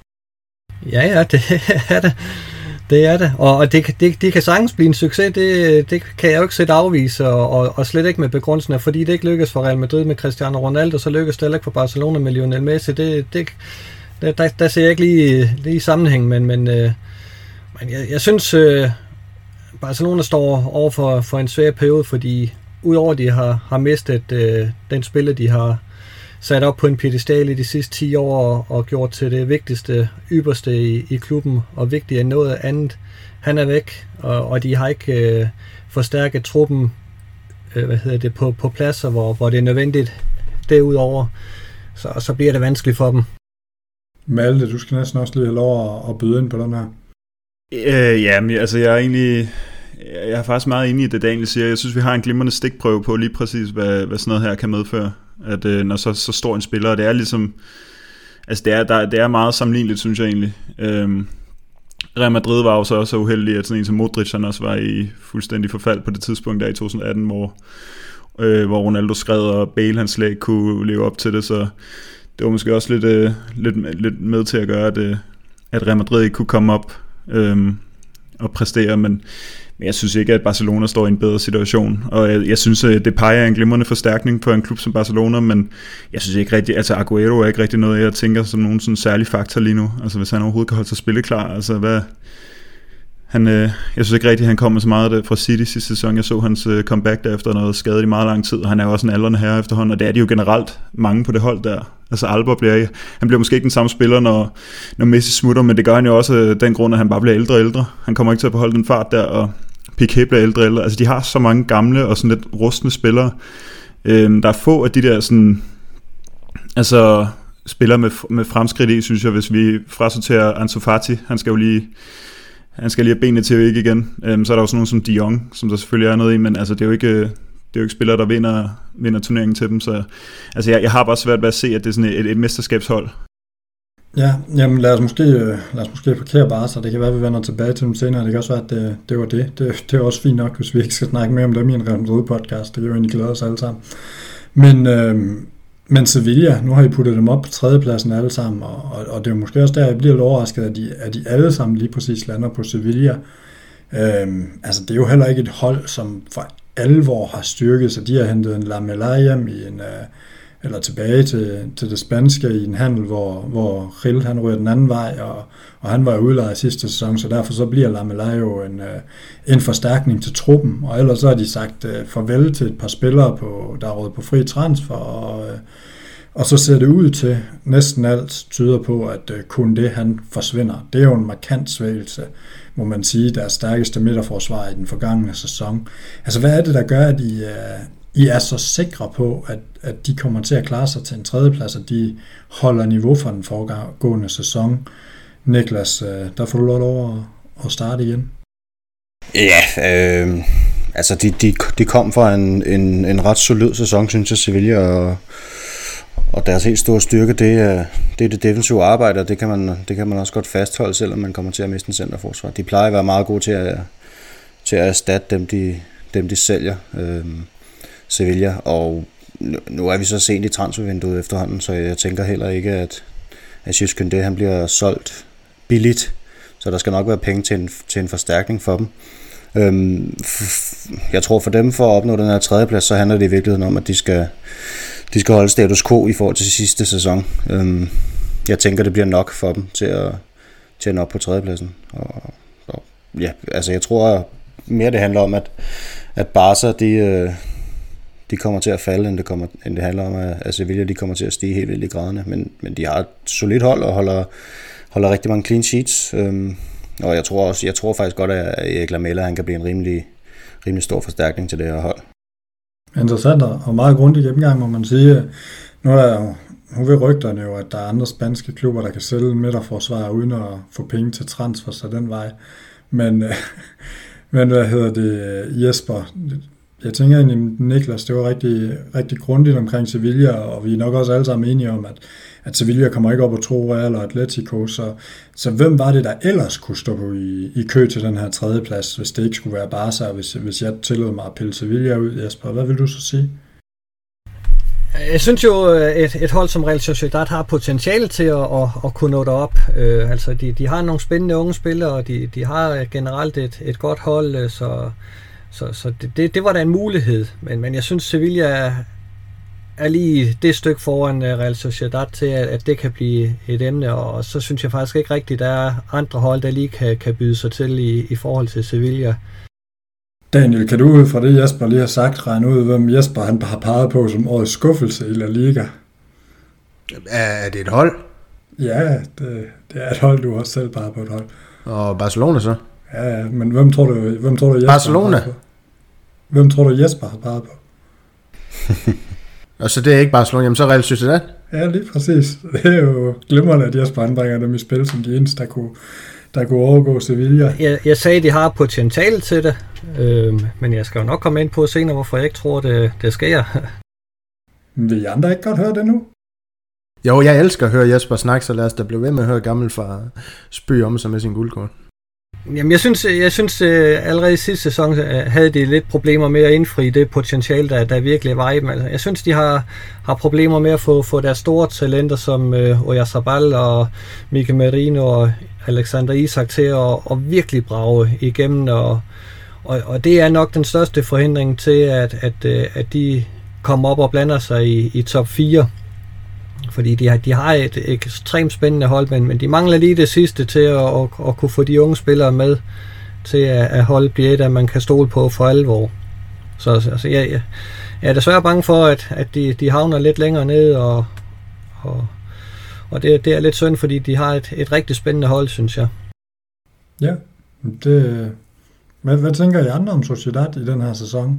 Ja, ja, det er det. Det er det. Og, og det, det, det kan sagtens blive en succes. Det, det kan jeg jo ikke sætte afvise, og, og, og slet ikke med begrundelsen, fordi det ikke lykkes for Real Madrid med Cristiano Ronaldo, så lykkes det heller ikke for Barcelona med Lionel Messi. Det, det, der, der, der ser jeg ikke lige, lige sammenhæng, men, men, øh, men jeg, jeg synes, øh, Barcelona står over for, for en svær periode, fordi udover at de har, har mistet øh, den spiller, de har sat op på en piedestal i de sidste ti år og, og gjort til det vigtigste, ypperste i, i klubben, og vigtigere end noget andet. Han er væk, og, og de har ikke øh, forstærket truppen øh, hvad hedder det, på, på pladser, hvor, hvor det er nødvendigt derudover. Så, så bliver det vanskeligt for dem. Malte, du skal næsten også lige have lov at, at byde ind på den her. Øh, ja, men, altså jeg er egentlig... Jeg er faktisk meget enig i det, Daniel siger. Jeg synes, vi har en glimrende stikprøve på lige præcis, hvad, hvad sådan noget her kan medføre. At øh, når så, så stor en spiller, det er ligesom... Altså det er, der, det er meget sammenligneligt, synes jeg egentlig. Øhm, Real Madrid var jo så også uheldig, at sådan en som Modric, han også var i fuldstændig forfald på det tidspunkt der i to tusind atten, hvor, øh, hvor Ronaldo skred, og Bale han slet ikke kunne leve op til det, så det var måske også lidt, øh, lidt, lidt med til at gøre, at, øh, at Real Madrid ikke kunne komme op øh, og præstere, men Men jeg synes ikke, at Barcelona står i en bedre situation, og jeg, jeg synes, at det peger en glimrende forstærkning på en klub som Barcelona, men jeg synes ikke rigtig, altså Agüero er ikke rigtig noget, jeg tænker som nogen sådan særlig faktor lige nu, altså hvis han overhovedet kan holde sig spilleklar, altså hvad, han, øh, jeg synes ikke rigtig, at han kommer så meget fra City sidste sæson, jeg så hans øh, comeback der efter noget skadet i meget lang tid, og han er jo også en aldrende herre efterhånden, og det er de jo generelt mange på det hold der, altså Alba bliver, han bliver måske ikke den samme spiller, når, når Messi smutter, men det gør han jo også øh, den grund, at han bare bliver ældre og ældre, han kommer ikke til at beholde den fart der, og Piqué bliver ældre og ældre, altså de har så mange gamle og sådan lidt rustne spillere, øhm, der er få af de der sådan, altså spillere med, med fremskridt i, synes jeg, hvis vi frasorterer Ansu Fati, han skal jo lige han skal lige have benene til ikke igen, øhm, så er der jo sådan nogen som De Jong, som der selvfølgelig er noget i, men altså det er jo ikke, det er jo ikke spillere, der vinder, vinder turneringen til dem, så altså jeg, jeg har bare svært ved at se, at det er sådan et, et mesterskabshold. Ja, jamen lad os måske, lad os måske parkere Barca, det kan være, at vi vender tilbage til dem senere, det kan også være, at det, det var det. det. Det er også fint nok, hvis vi ikke skal snakke mere om dem i en Real Madrid podcast, det kan jo egentlig glæde os alle sammen. Men, øh, men Sevilla, nu har I puttet dem op på tredjepladsen alle sammen, og, og, og det er jo måske også der, jeg bliver lidt overrasket, at de, at de alle sammen lige præcis lander på Sevilla. Øh, altså det er jo heller ikke et hold, som for alvor har styrket sig, de har hentet en Lamela hjem i en... Øh, eller tilbage til, til det spanske i en handel, hvor, hvor Gil han ryger den anden vej, og, og han var udlejet sidste sæson, så derfor så bliver Lamela jo en, en forstærkning til truppen, og ellers så har de sagt farvel til et par spillere, på, der er råd på fri transfer, og, og så ser det ud til, næsten alt tyder på, at kun det han forsvinder. Det er jo en markant svægelse, må man sige, deres stærkeste midterforsvar i den forgangne sæson. Altså hvad er det, der gør, at I I er så sikre på, at, at de kommer til at klare sig til en tredjeplads, og de holder niveau for den foregående sæson. Niklas, der får du lov at, at starte igen. Ja, øh, altså de, de, de kom fra en, en, en ret solid sæson, synes jeg, Sevilla, og, og deres helt store styrke, det er det, er det defensive arbejde, og det kan, man, det kan man også godt fastholde, selvom man kommer til at miste en centerforsvar. De plejer at være meget gode til at, til at erstatte dem, de, dem, de sælger. Øh, Sevilla, og nu er vi så sent i transfervinduet efterhånden, så jeg tænker heller ikke, at at Jules Koundé, han bliver solgt billigt, så der skal nok være penge til en, til en forstærkning for dem. Øhm, jeg tror for dem, for at opnå den her tredjeplads, så handler det i virkeligheden om, at de skal, de skal holde status quo i forhold til sidste sæson. Øhm, jeg tænker, det bliver nok for dem til at, til at nå op på tredjepladsen. Og, og, ja, altså jeg tror mere, det handler om, at, at Barca, de... de kommer til at falde, end det, kommer, end det handler om, at Sevilla de kommer til at stige helt vildt i graderne. Men, men de har et solidt hold og holder, holder rigtig mange clean sheets. Øhm, og jeg tror også, jeg tror faktisk godt, at Erik Lamela han kan blive en rimelig, rimelig stor forstærkning til det her hold. Interessant og meget grundig gennemgang, må man sige. Nu er der jo, nu ved rygterne jo, at der er andre spanske klubber, der kan sælge midterforsvar uden at få penge til transfer, så den vej. Men, men hvad hedder det, Jesper? Jeg tænker egentlig, Niklas, det var rigtig, rigtig grundigt omkring Sevilla, og vi er nok også alle sammen enige om, at, at Sevilla kommer ikke op og tro Real og Atletico, så, så hvem var det, der ellers kunne stå på i, i kø til den her tredjeplads, hvis det ikke skulle være Barca, hvis, hvis jeg tillod mig at pille Sevilla ud, Jesper? Hvad vil du så sige? Jeg synes jo, et, et hold som Real Sociedad har potentiale til at, at, at kunne nå derop. Øh, altså, de, de har nogle spændende unge spillere, og de, de har generelt et, et godt hold, så... Så, så det, det, det var da en mulighed, men, men jeg synes Sevilla er lige det stykke foran Real Sociedad til, at, at det kan blive et emne, og så synes jeg faktisk ikke rigtigt, at der er andre hold, der lige kan, kan byde sig til i, i forhold til Sevilla. Daniel, kan du ud fra det, Jesper lige har sagt, regne ud, hvem Jesper han har peget på som årets skuffelse i La Liga? Er det et hold? Ja, det, det er et hold, du også selv peger på et hold. Og Barcelona så? Ja, men hvem tror du, hvem tror du Jesper Barcelona? har peget på? Hvem tror du Jesper har peget på? Og så det er ikke Barcelona, jamen så Real Sociedad? Ja, lige præcis. Det er jo glimrende, at Jesper anbringer dem i spil, som de eneste, der kunne, der kunne overgå Sevilla. Jeg, jeg sagde, at de har potentiale til det, øh, men jeg skal jo nok komme ind på senere, hvorfor jeg ikke tror, det, det sker. Vil I andre ikke godt høre det nu? Jo, jeg elsker at høre Jesper snakke, så lad os da blive ved med at høre gammelfar spy om sig med sin guldkort. Jamen, jeg synes, jeg synes allerede i sidste sæson havde de lidt problemer med at indfri det potentiale, der, der virkelig var i dem. Altså, jeg synes, de har, har problemer med at få, få deres store talenter som uh, Oyarzabal og Mikel Merino og Alexander Isak til at, at virkelig brage igennem. Og, og, og det er nok den største forhindring til, at, at, at de kommer op og blander sig i, i top fire. Fordi de har, de har et ekstremt spændende hold, men, men de mangler lige det sidste til at, at, at kunne få de unge spillere med til at, at holde bliver et, at man kan stole på for alvor. Så altså, jeg, jeg, jeg er desværre bange for, at, at de, de havner lidt længere ned, og, og, og det, det er lidt synd, fordi de har et, et rigtig spændende hold, synes jeg. Ja, det, hvad, hvad tænker I andre om Sociedad i den her sæson?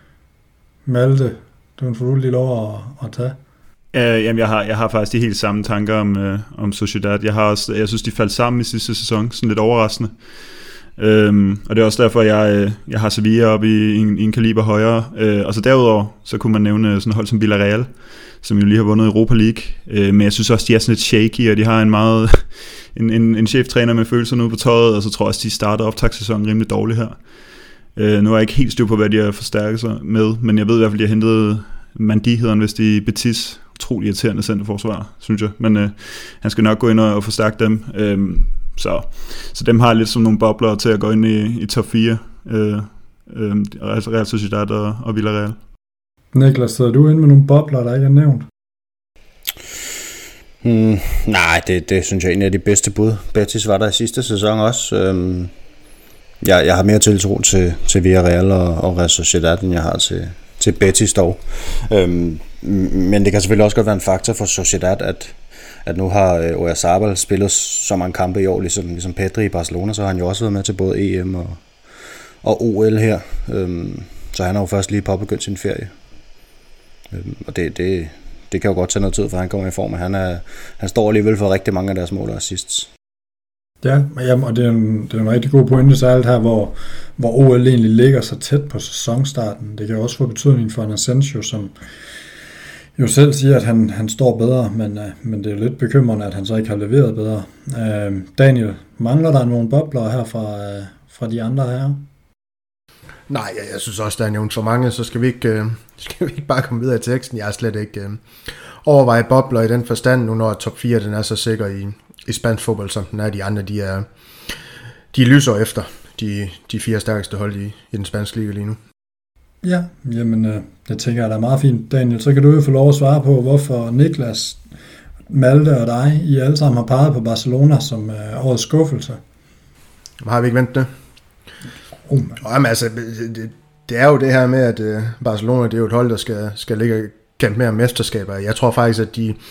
Malte, du får du lige lov at, at tage. Uh, jamen, jeg har, jeg har faktisk de helt samme tanker om, uh, om Sociedad. Jeg, har også, jeg synes, de faldt sammen i sidste sæson, sådan lidt overraskende. Um, og det er også derfor, jeg, uh, jeg har Sevilla oppe i, i, en, i en kaliber højere. Uh, og så derudover, så kunne man nævne sådan et hold som Villarreal, som jo lige har vundet Europa League. Uh, men jeg synes også, de er sådan lidt shaky, og de har en meget en, en, en cheftræner med følelserne ude på tøjet, og så tror jeg også, de starter optaktsæsonen rimelig dårligt her. Uh, nu er jeg ikke helt styr på, hvad de har forstærket sig med, men jeg ved i hvert fald, de har hentet Mandi, hedder han, hvis de er Betis. Utrolig irriterende centerforsvar, synes jeg, men øh, han skal nok gå ind og, og forstærke dem, øhm, så, så dem har lidt som nogle bobler til at gå ind i, i top fire, øh, øh, Real Sociedad og, og Villarreal. Niklas, sidder du inde med nogle bobler, der ikke er nævnt? Hmm, nej, det, det synes jeg egentlig er de bedste bud. Betis var der i sidste sæson også. Øhm, jeg, jeg har mere tiltro til, til Villarreal og, og Real Sociedad, end jeg har til, til Betis dog. Øhm, men det kan selvfølgelig også godt være en faktor for Sociedad, at, at nu har øh, Oyarzabal spillet så mange kampe i år, ligesom, ligesom Pedri i Barcelona, så har han jo også været med til både E M og, og O L her. Øhm, så han har jo først lige påbegyndt sin ferie. Øhm, og det, det, det kan jo godt tage noget tid, for han kommer i form, men han, er, han står alligevel for rigtig mange af deres mål og assists. Ja, og det er en, det er en rigtig god pointe, så alt her, hvor, hvor O L egentlig ligger så tæt på sæsonstarten. Det kan jo også få betydning for en Asensio, som jo selv siger, at han, han står bedre, men, uh, men det er lidt bekymrende, at han så ikke har leveret bedre. Uh, Daniel, mangler der nogle bobler her fra, uh, fra de andre her? Nej, jeg, jeg synes også, der er nævnt for mange, så skal vi ikke, øh, skal vi ikke bare komme videre i teksten. Jeg er slet ikke øh, overvejet bobler i den forstand, nu når top fire den er så sikker i, i spansk fodbold, som den er. De andre, de er, de lyser efter de, de fire stærkeste hold i, i den spanske liga lige nu. Ja, jamen, øh, det tænker jeg, der er meget fint. Daniel, så kan du jo få lov at svare på, hvorfor Niklas, Malte og dig, I alle sammen har peget på Barcelona som øh, årets skuffelse. Har vi ikke ventet det? Oh, Jamen, altså, det, det er jo det her med, at øh, Barcelona, det er jo et hold, der skal, skal ligge kæmpe mere mesterskaber. Jeg tror faktisk, at de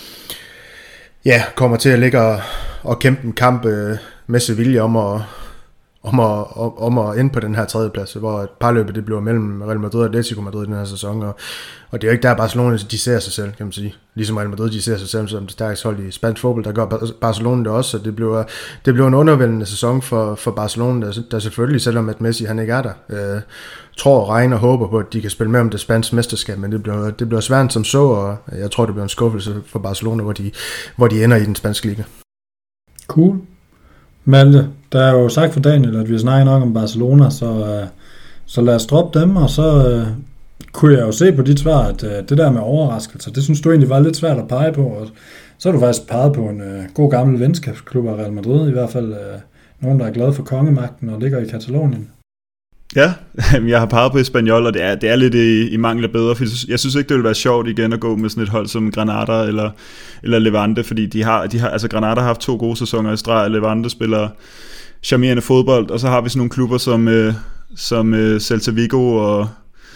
ja, kommer til at ligge og, og kæmpe en kamp øh, med Sevilla om at, om, at, om at ende på den her tredjeplads, hvor et parløbet det bliver mellem Real Madrid og Atletico Madrid i den her sæson, og, og det er jo ikke der Barcelona, de ser sig selv, kan man sige. Ligesom Real Madrid, de ser sig selv som det stærkeste hold i spansk fodbold, der gør Barcelona det også, så det bliver, det bliver en undervældende sæson for, for Barcelona, der, der selvfølgelig, selvom at Messi han ikke er der, øh, tror, regner og håber på, at de kan spille med om det spanske mesterskab, men det bliver, det bliver svært som så, og jeg tror, det bliver en skuffelse for Barcelona, hvor de, hvor de ender i den spanske liga. Cool. Malte, der er jo sagt for Daniel, at vi snakker nok om Barcelona, så, øh, så lad os droppe dem, og så øh, kunne jeg jo se på dit svar, at øh, det der med overraskelser, det synes du egentlig var lidt svært at pege på, og så har du faktisk peget på en øh, god gammel venskabsklub af Real Madrid, i hvert fald øh, nogen, der er glade for kongemagten og ligger i Katalonien. Ja, jeg har peget på Espanyol, og det er, det er lidt i, i mangel af bedre, for jeg synes ikke, det vil være sjovt igen at gå med sådan et hold som Granada eller, eller Levante, fordi de har, de har, altså Granada har haft to gode sæsoner i streg, Levante spiller charmerende fodbold, og så har vi sådan nogle klubber som, øh, som øh, Celta Vigo og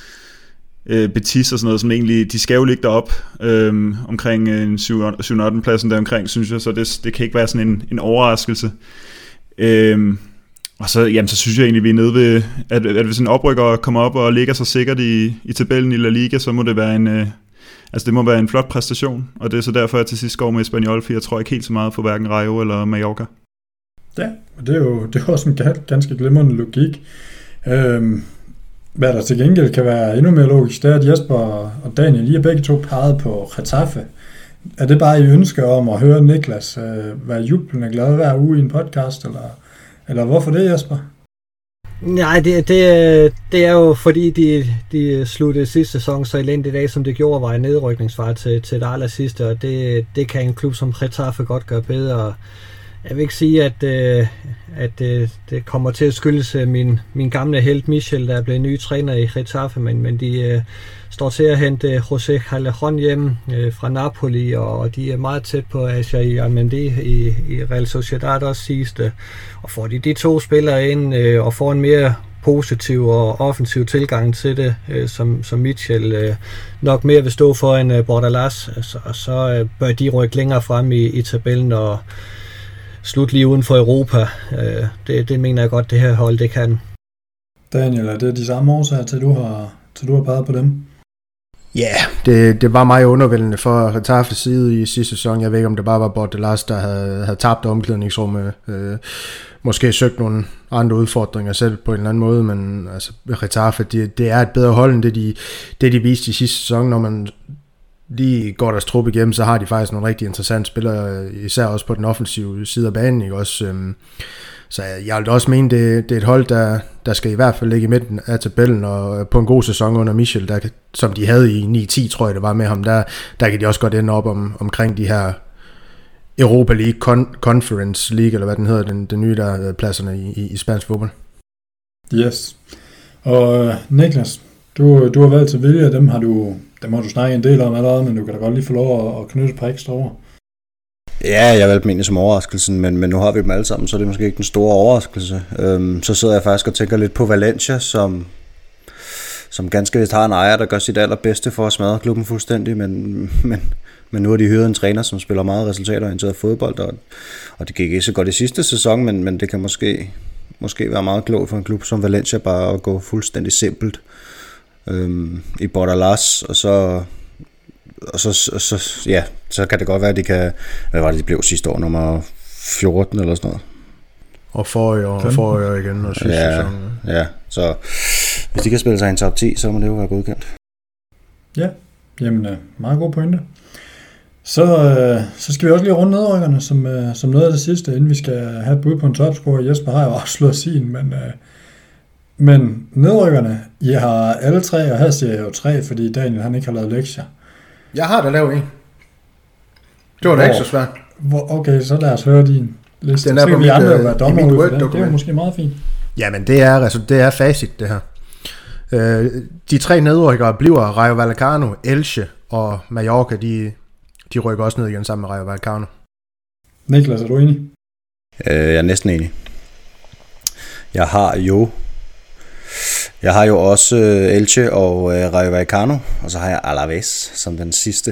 øh, Betis og sådan noget, som egentlig, de skal jo ligge derop øh, omkring en syv ottende pladsen der omkring, synes jeg, så det, det kan ikke være sådan en, en overraskelse. Øh, Og så, jamen, så synes jeg egentlig, vi er nede ved, at, at hvis en oprykker kommer op og ligger sig sikkert i, i tabellen i La Liga, så må det være en, øh, altså det må være en flot præstation, og det er så derfor, jeg til sidst går med Espanyol, for jeg tror ikke helt så meget på hverken Rayo eller Mallorca. Ja, og det er jo det er også en ganske glimrende logik. Øhm, hvad der til gengæld kan være endnu mere logisk, det er, at Jesper og Daniel lige er begge to peget på Getafe. Er det bare I ønsker om at høre Niklas øh, være jublende glad hver uge i en podcast, eller Eller hvorfor det, Jesper? Nej, det, det, det er jo fordi, de, de sluttede sidste sæson så elendigt af, som det gjorde, var en nedrykningsfart til, til det aller sidste, og det, det kan en klub som Getafe godt gøre bedre. Jeg vil ikke sige, at, at det, det kommer til at skyldes min, min gamle helt Michel, der er blevet ny træner i Getafe, men, men de står til at hente José Callejon hjem øh, fra Napoli, og de er meget tæt på Asia Armendi i, i Real Sociedad også sidste. Og får de de to spillere ind øh, og får en mere positiv og offensiv tilgang til det, øh, som, som Michel øh, nok mere vil stå for end øh, Bordalas, så, så øh, bør de rykke længere frem i, i tabellen og slutte lige uden for Europa. Øh, det, det mener jeg godt, det her hold det kan. Daniel, er det de samme årsager til, du har, til du har peget på dem? Ja, yeah, det, det var meget undervældende for Getafes side i sidste sæson. Jeg ved ikke, om det bare var Bordalas, der havde, havde tabt omklædningsrummet. Øh, måske søgt nogle andre udfordringer selv på en eller anden måde, men altså, Getafe, det, det er et bedre hold end det, de, det, de viste i sidste sæson. Når man lige går deres trup igennem, så har de faktisk nogle rigtig interessante spillere, især også på den offensive side af banen, ikke også? Øhm, Så jeg vil også mene, det, det er et hold, der, der skal i hvert fald ligge i midten af tabellen, og på en god sæson under Michel, der, som de havde i ni ti, tror jeg det var med ham, der, der kan de også godt ende op om, omkring de her Europa League, Con- Conference League, eller hvad den hedder, den, den nye der pladserne i, i, i spansk fodbold. Yes. Og Niklas, du, du har valgt til Vilja, dem har du, dem har du snakket en del om allerede, men du kan da godt lige få lov at, at knytte et par ekstra over. Ja, jeg valgte dem egentlig som overraskelsen, men, men nu har vi dem alle sammen, så det er måske ikke den store overraskelse. Øhm, så sidder jeg faktisk og tænker lidt på Valencia, som, som ganske vist har en ejer, der gør sit allerbedste for at smadre klubben fuldstændig, men, men, men nu har de hyret en træner, som spiller meget resultatorienteret fodbold, og, og det gik ikke så godt i sidste sæson, men, men det kan måske, måske være meget klogt for en klub som Valencia bare at gå fuldstændig simpelt øhm, i Bordalas, og så... Og så, så, ja, så kan det godt være, at de kan... Hvad var det, de blev sidste år? Nummer fjorten eller sådan noget. Og forrige år, og forrige år igen, og sidste ja, sæson. Ja, så hvis de kan spille sig i en top ti, så må det jo være godkendt. Ja, jamen meget god pointe. Så, øh, så skal vi også lige runde nedrykkerne som, øh, som noget af det sidste, inden vi skal have et bud på en topscore. Jesper har jo også slået sin, men... Øh, men nedrykkerne, I har alle tre, og her siger jeg jo tre, fordi Daniel han ikke har lavet lektier. Jeg har da lavet en. Det var da ikke så svært. Okay, så lad os høre din liste. Den er så kan på vi mit, andre jo øh, være dommer ud for det. Det er jo måske meget fint. Jamen, det er, altså, det er facit, det her. Øh, de tre nedrykkere bliver Rayo Vallecano, Elche og Mallorca. De, de rykker også ned igen sammen med Rayo Vallecano. Niklas, er du enig? Øh, jeg er næsten enig. Jeg har jo... Jeg har jo også uh, Elche og uh, Rayo Vallecano, og så har jeg Alaves som den sidste.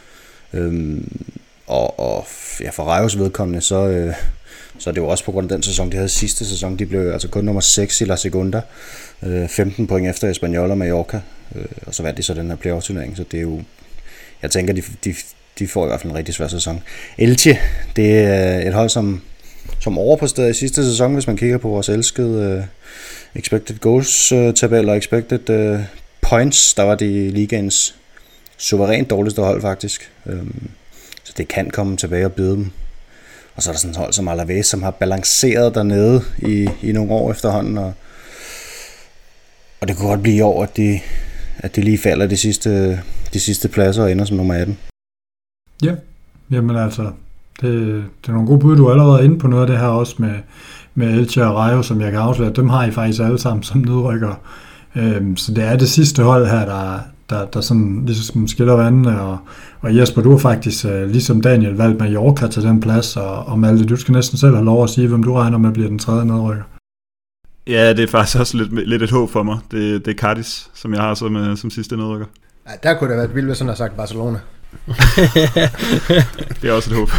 Øhm, og, og ja, for Rayos vedkommende, så, øh, så er det jo også på grund af den sæson, de havde sidste sæson. De blev altså kun nummer seks i La Segunda, øh, femten point efter Espanyol og Mallorca, øh, og så vandt de så den her playoff-turnering, så det er jo... Jeg tænker, de, de, de får i hvert fald en rigtig svær sæson. Elche, det er et hold, som, som overpræsterede i sidste sæson, hvis man kigger på vores elskede... Øh, expected goals-tabel og expected uh, points, der var de ligaens suverænt dårligste hold faktisk. Um, så det kan komme tilbage og bide dem. Og så er der sådan et hold som Alaves, som har balanceret dernede i, i nogle år efterhånden. Og, og det kunne godt blive i år, at de, at de lige falder de sidste, de sidste pladser og ender som nummer atten. Ja, jamen altså, Det, det er nogle gode bud, du er allerede inde på noget af det her også med, med Elche og Rayo, som jeg kan afsløre. Dem har I faktisk alle sammen som nedrykker. Øhm, så det er det sidste hold her, der, der, der sådan ligesom skiller vandene. Og, og Jesper, du har faktisk, øh, ligesom Daniel, valgt Mallorca til den plads. Og, og Malte, du skal næsten selv have lov at sige, hvem du regner med bliver den tredje nedrykker. Ja, det er faktisk også lidt, lidt et håb for mig. Det, det er Cardis, som jeg har som, som sidste nedrykker. Ja, der kunne det være vildt, hvis han har sagt Barcelona. Det er også et håb.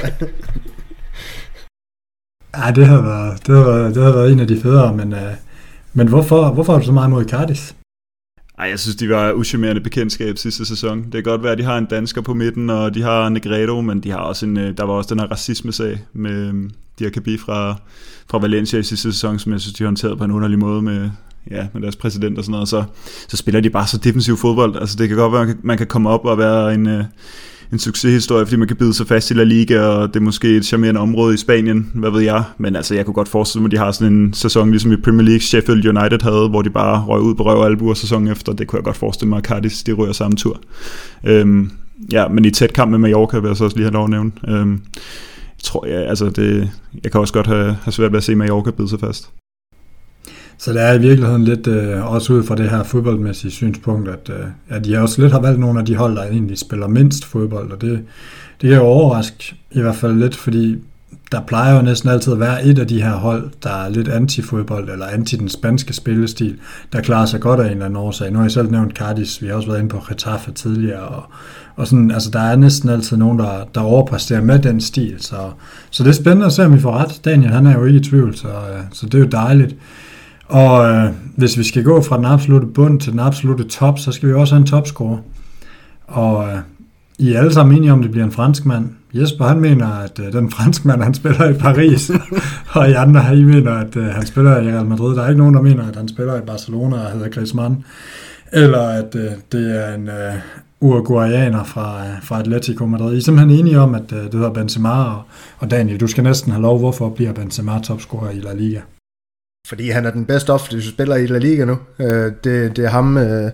Ja, det havde været, det havde været, det havde været en af de federe, men, øh, men hvorfor, hvorfor har du så meget mod Cardis? Ej, jeg synes, de var uschammerende bekendtskab sidste sæson. Det kan godt være, at de har en dansker på midten, og de har Negredo, men de har også en, der var også den her racisme-sag med Diakabi fra, fra Valencia i sidste sæson, som jeg synes, de håndterede på en underlig måde med, ja, med deres præsident og sådan noget. Så, så spiller de bare så defensiv fodbold. Altså, det kan godt være, at man kan komme op og være en, en succeshistorie, fordi man kan bide sig fast i La Liga, og det er måske et charmerende område i Spanien, hvad ved jeg. Men altså, jeg kunne godt forestille mig, at de har sådan en sæson, ligesom i Premier League, Sheffield United havde, hvor de bare røg ud på røv og albuer sæsonen efter. Det kunne jeg godt forestille mig, at Cardis, de rører samme tur. Øhm, ja, men i tæt kamp med Mallorca, vil jeg så også lige have lov at nævne. Øhm, jeg tror, ja, altså det, jeg kan også godt have, have svært ved at se Mallorca bide sig fast. Så det er i virkeligheden lidt øh, også ud fra det her fodboldmæssige synspunkt, at, øh, at de også lidt har valgt nogle af de hold, der egentlig spiller mindst fodbold, og det, det kan jo overraske i hvert fald lidt, fordi der plejer jo næsten altid at være et af de her hold, der er lidt anti-fodbold, eller anti den spanske spillestil, der klarer sig godt af en eller anden årsag. Nu har jeg selv nævnt Cardis, vi har også været inde på Getafe tidligere, og, og sådan, altså der er næsten altid nogen, der, der overpræsterer med den stil, så, så det er spændende at se, om vi får ret. Daniel, han er jo ikke i tvivl, så, øh, så det er jo dejligt. Og øh, hvis vi skal gå fra den absolute bund til den absolute top, så skal vi også have en topscorer. Og øh, I er alle sammen enige om, det bliver en franskmand. Jesper, han mener, at øh, den franskmand, han spiller i Paris, og I andre her, I mener, at øh, han spiller i Real Madrid. Der er ikke nogen, der mener, at han spiller i Barcelona og hedder Griezmann, eller at øh, det er en øh, uruguayaner fra, øh, fra Atletico Madrid. I er simpelthen enige om, at øh, det hedder Benzema, og, og Daniel, du skal næsten have lov, hvorfor bliver Benzema topscorer i La Liga? Fordi han er den bedste offensive spiller i La Liga nu. Øh, det, det er ham... Øh,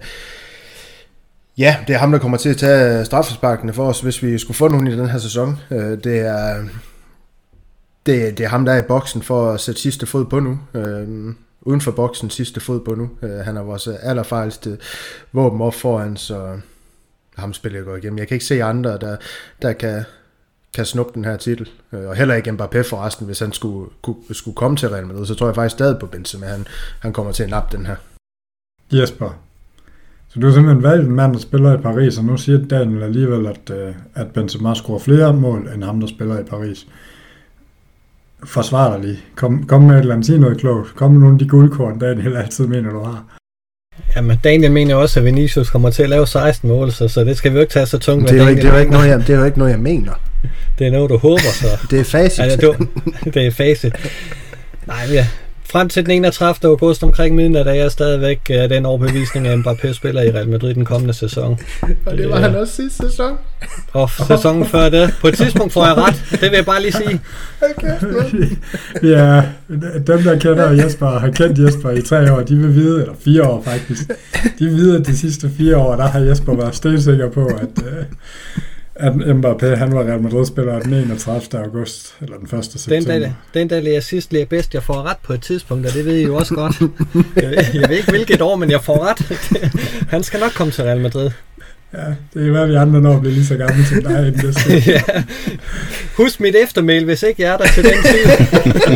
ja, det er ham, der kommer til at tage straffesparkene for os, hvis vi skulle få nogen i den her sæson. Øh, det er... Det, det er ham, der er i boksen for at sætte sidste fod på nu. Øh, uden for boksen sidste fod på nu. Øh, han er vores allerfarligste våben op foran, så ham spiller jeg går igennem. Jeg kan ikke se andre, der, der kan... kan snuppe den her titel, og heller ikke Mbappé forresten, hvis han skulle, skulle komme til Real Madrid, så tror jeg faktisk stadig på Benzema, han, han kommer til at nappe den her. Jesper, så du har simpelthen valgt en mand, der spiller i Paris, og nu siger Daniel alligevel, at, at Benzema scorer flere mål, end ham, der spiller i Paris. Forsvar dig lige. Kom, kom med et eller andet, sig noget klogt. Kom med nogle af de guldkorn, Daniel altid mener, du har. Jamen, Daniel mener også, at Vinicius kommer til at lave seksten mål, så, så det skal vi jo ikke tage så tungt med. Det er, jo ikke, det, er ikke noget, jeg, det er jo ikke noget, jeg mener. Det er noget, du håber, så. Det er facit. Altså, du, det er facit. Nej, ja. Frem til den enogtredivte august omkring midnat er jeg stadigvæk uh, den overbevisning, at Mbappé spiller i Real Madrid den kommende sæson. Og det var han også sidste sæson. Og sæsonen før det. På et tidspunkt får jeg ret. Det vil jeg bare lige sige. Okay. Ja, dem der kender Jesper, har kendt Jesper i tre år, de vil vide, eller fire år faktisk, de vil vide, at de sidste fire år, der har Jesper været stensikker på, at, at Mbappé, han var Real Madrid-spiller den enogtredivte august, eller den første september. Den dag, den dag jeg sidst lærer bedst, jeg får ret på et tidspunkt, og det ved I jo også godt. Jeg ved, jeg ved ikke hvilket år, men jeg får ret. Han skal nok komme til Real Madrid. Ja, det er hvad vi andre når bliver lige så gamle som dig inden det. Ja. Husk mit eftermail, hvis ikke jeg er der til den tid.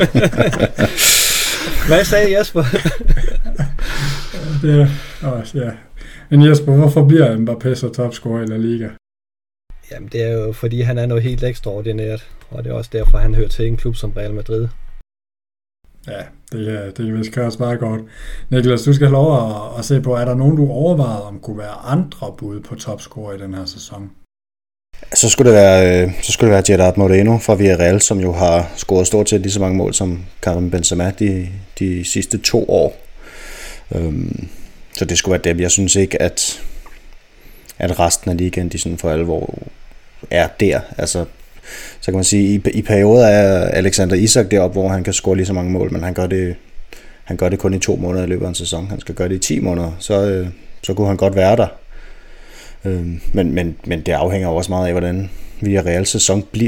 Hvad sagde Jesper? Det er også, ja. Men Jesper, hvorfor bliver Mbappé så topscorer i La Liga? Jamen, det er jo fordi, han er noget helt ekstraordinært, og det er også derfor, han hører til en klub som Real Madrid. Ja, det er, det er vist køres meget godt. Niklas, du skal have lov at, at se på, er der nogen, du overvejede, om kunne være andre bud på topscorer i den her sæson? Så skulle det være, så skulle det være Gerard Moreno fra Villarreal, som jo har scoret stort set lige så mange mål som Karim Benzema de, de sidste to år. Um, så det skulle være dem. Jeg synes ikke, at, at resten af ligaen, de sådan for alvor er der. Altså, så kan man sige, i, i perioder er Alexander Isak deroppe, hvor han kan score lige så mange mål, men han gør det, han gør det kun i to måneder i løbet af en sæson. Han skal gøre det i ti måneder, så, øh, så kunne han godt være der. Øh, men, men, men det afhænger også meget af, hvordan Villarreals sæson bliver.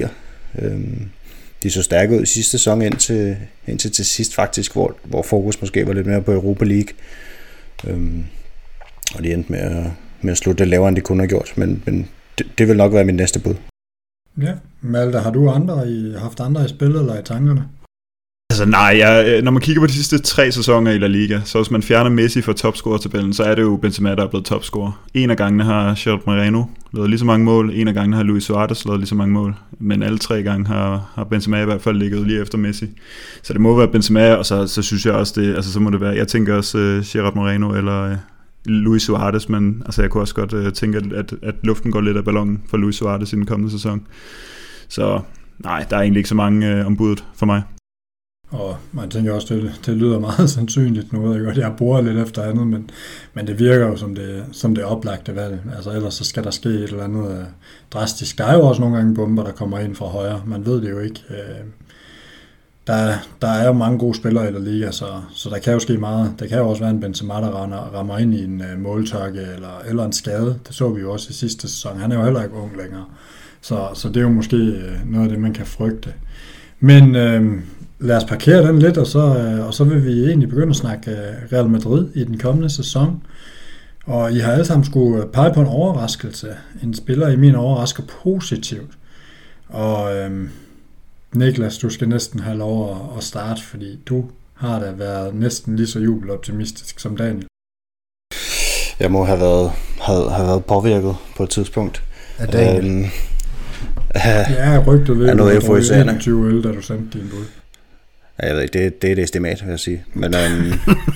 Øhm, de så stærke ud i sidste sæson indtil, indtil til sidst faktisk, hvor, hvor fokus måske var lidt mere på Europa League. Øhm, og de endte med at, med at slutte det lavere, end de kunne have gjort. Men, men det, det vil nok være min næste bud. Ja, Malte, har du andre i, haft andre i spillet eller i tankerne? Altså nej, jeg, når man kigger på de sidste tre sæsoner i La Liga, så hvis man fjerner Messi fra topscorer-tabellen, så er det jo Benzema, der er blevet topscorer. En af gangene har Gerard Moreno lavet lige så mange mål, en af gangene har Luis Suarez lavet lige så mange mål, men alle tre gange har, har Benzema i hvert fald ligget lige efter Messi. Så det må være Benzema, og så, så synes jeg også det, altså så må det være, jeg tænker også uh, Gerard Moreno eller uh, Luis Suarez, men altså jeg kunne også godt uh, tænke, at, at luften går lidt af ballonen for Luis Suarez i den kommende sæson. Så nej, der er egentlig ikke så mange uh, ombudet for mig. Og man tænker også, det, det lyder meget sandsynligt nu, jeg, jeg borer lidt efter andet, men, men det virker jo som det, som det oplagte valg. Altså ellers så skal der ske et eller andet uh, drastisk. Der er jo også nogle gange bomber, der kommer ind fra højre. Man ved det jo ikke. Uh, der, der er jo mange gode spillere i La Liga, så, så der kan jo ske meget. Der kan jo også være en Benzema, der rammer, rammer ind i en uh, måltørke eller, eller en skade. Det så vi jo også i sidste sæson. Han er jo heller ikke ung længere. Så, så det er jo måske uh, noget af det, man kan frygte. Men Uh, lad os parkere den lidt, og så, og så vil vi egentlig begynde at snakke Real Madrid i den kommende sæson. Og I har alle sammen skulle pege på en overraskelse. En spiller i min overrasker positivt. Og øhm, Niklas, du skal næsten have lov at starte, fordi du har da været næsten lige så jubeloptimistisk som Daniel. Jeg må have været, have, have været påvirket på et tidspunkt. Af Daniel? Øhm, ja, rygtet ved, at du var enogtyve øl, da du sendte din bud. Jeg ved ikke, det, det er et estimat, vil jeg sige. Men øhm,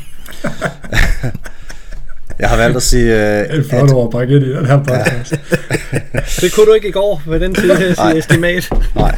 jeg har valgt at sige... Øh, det er flot over at brække ind i den her podcast. Det kunne du ikke i går ved den tid at sige estimat. Nej.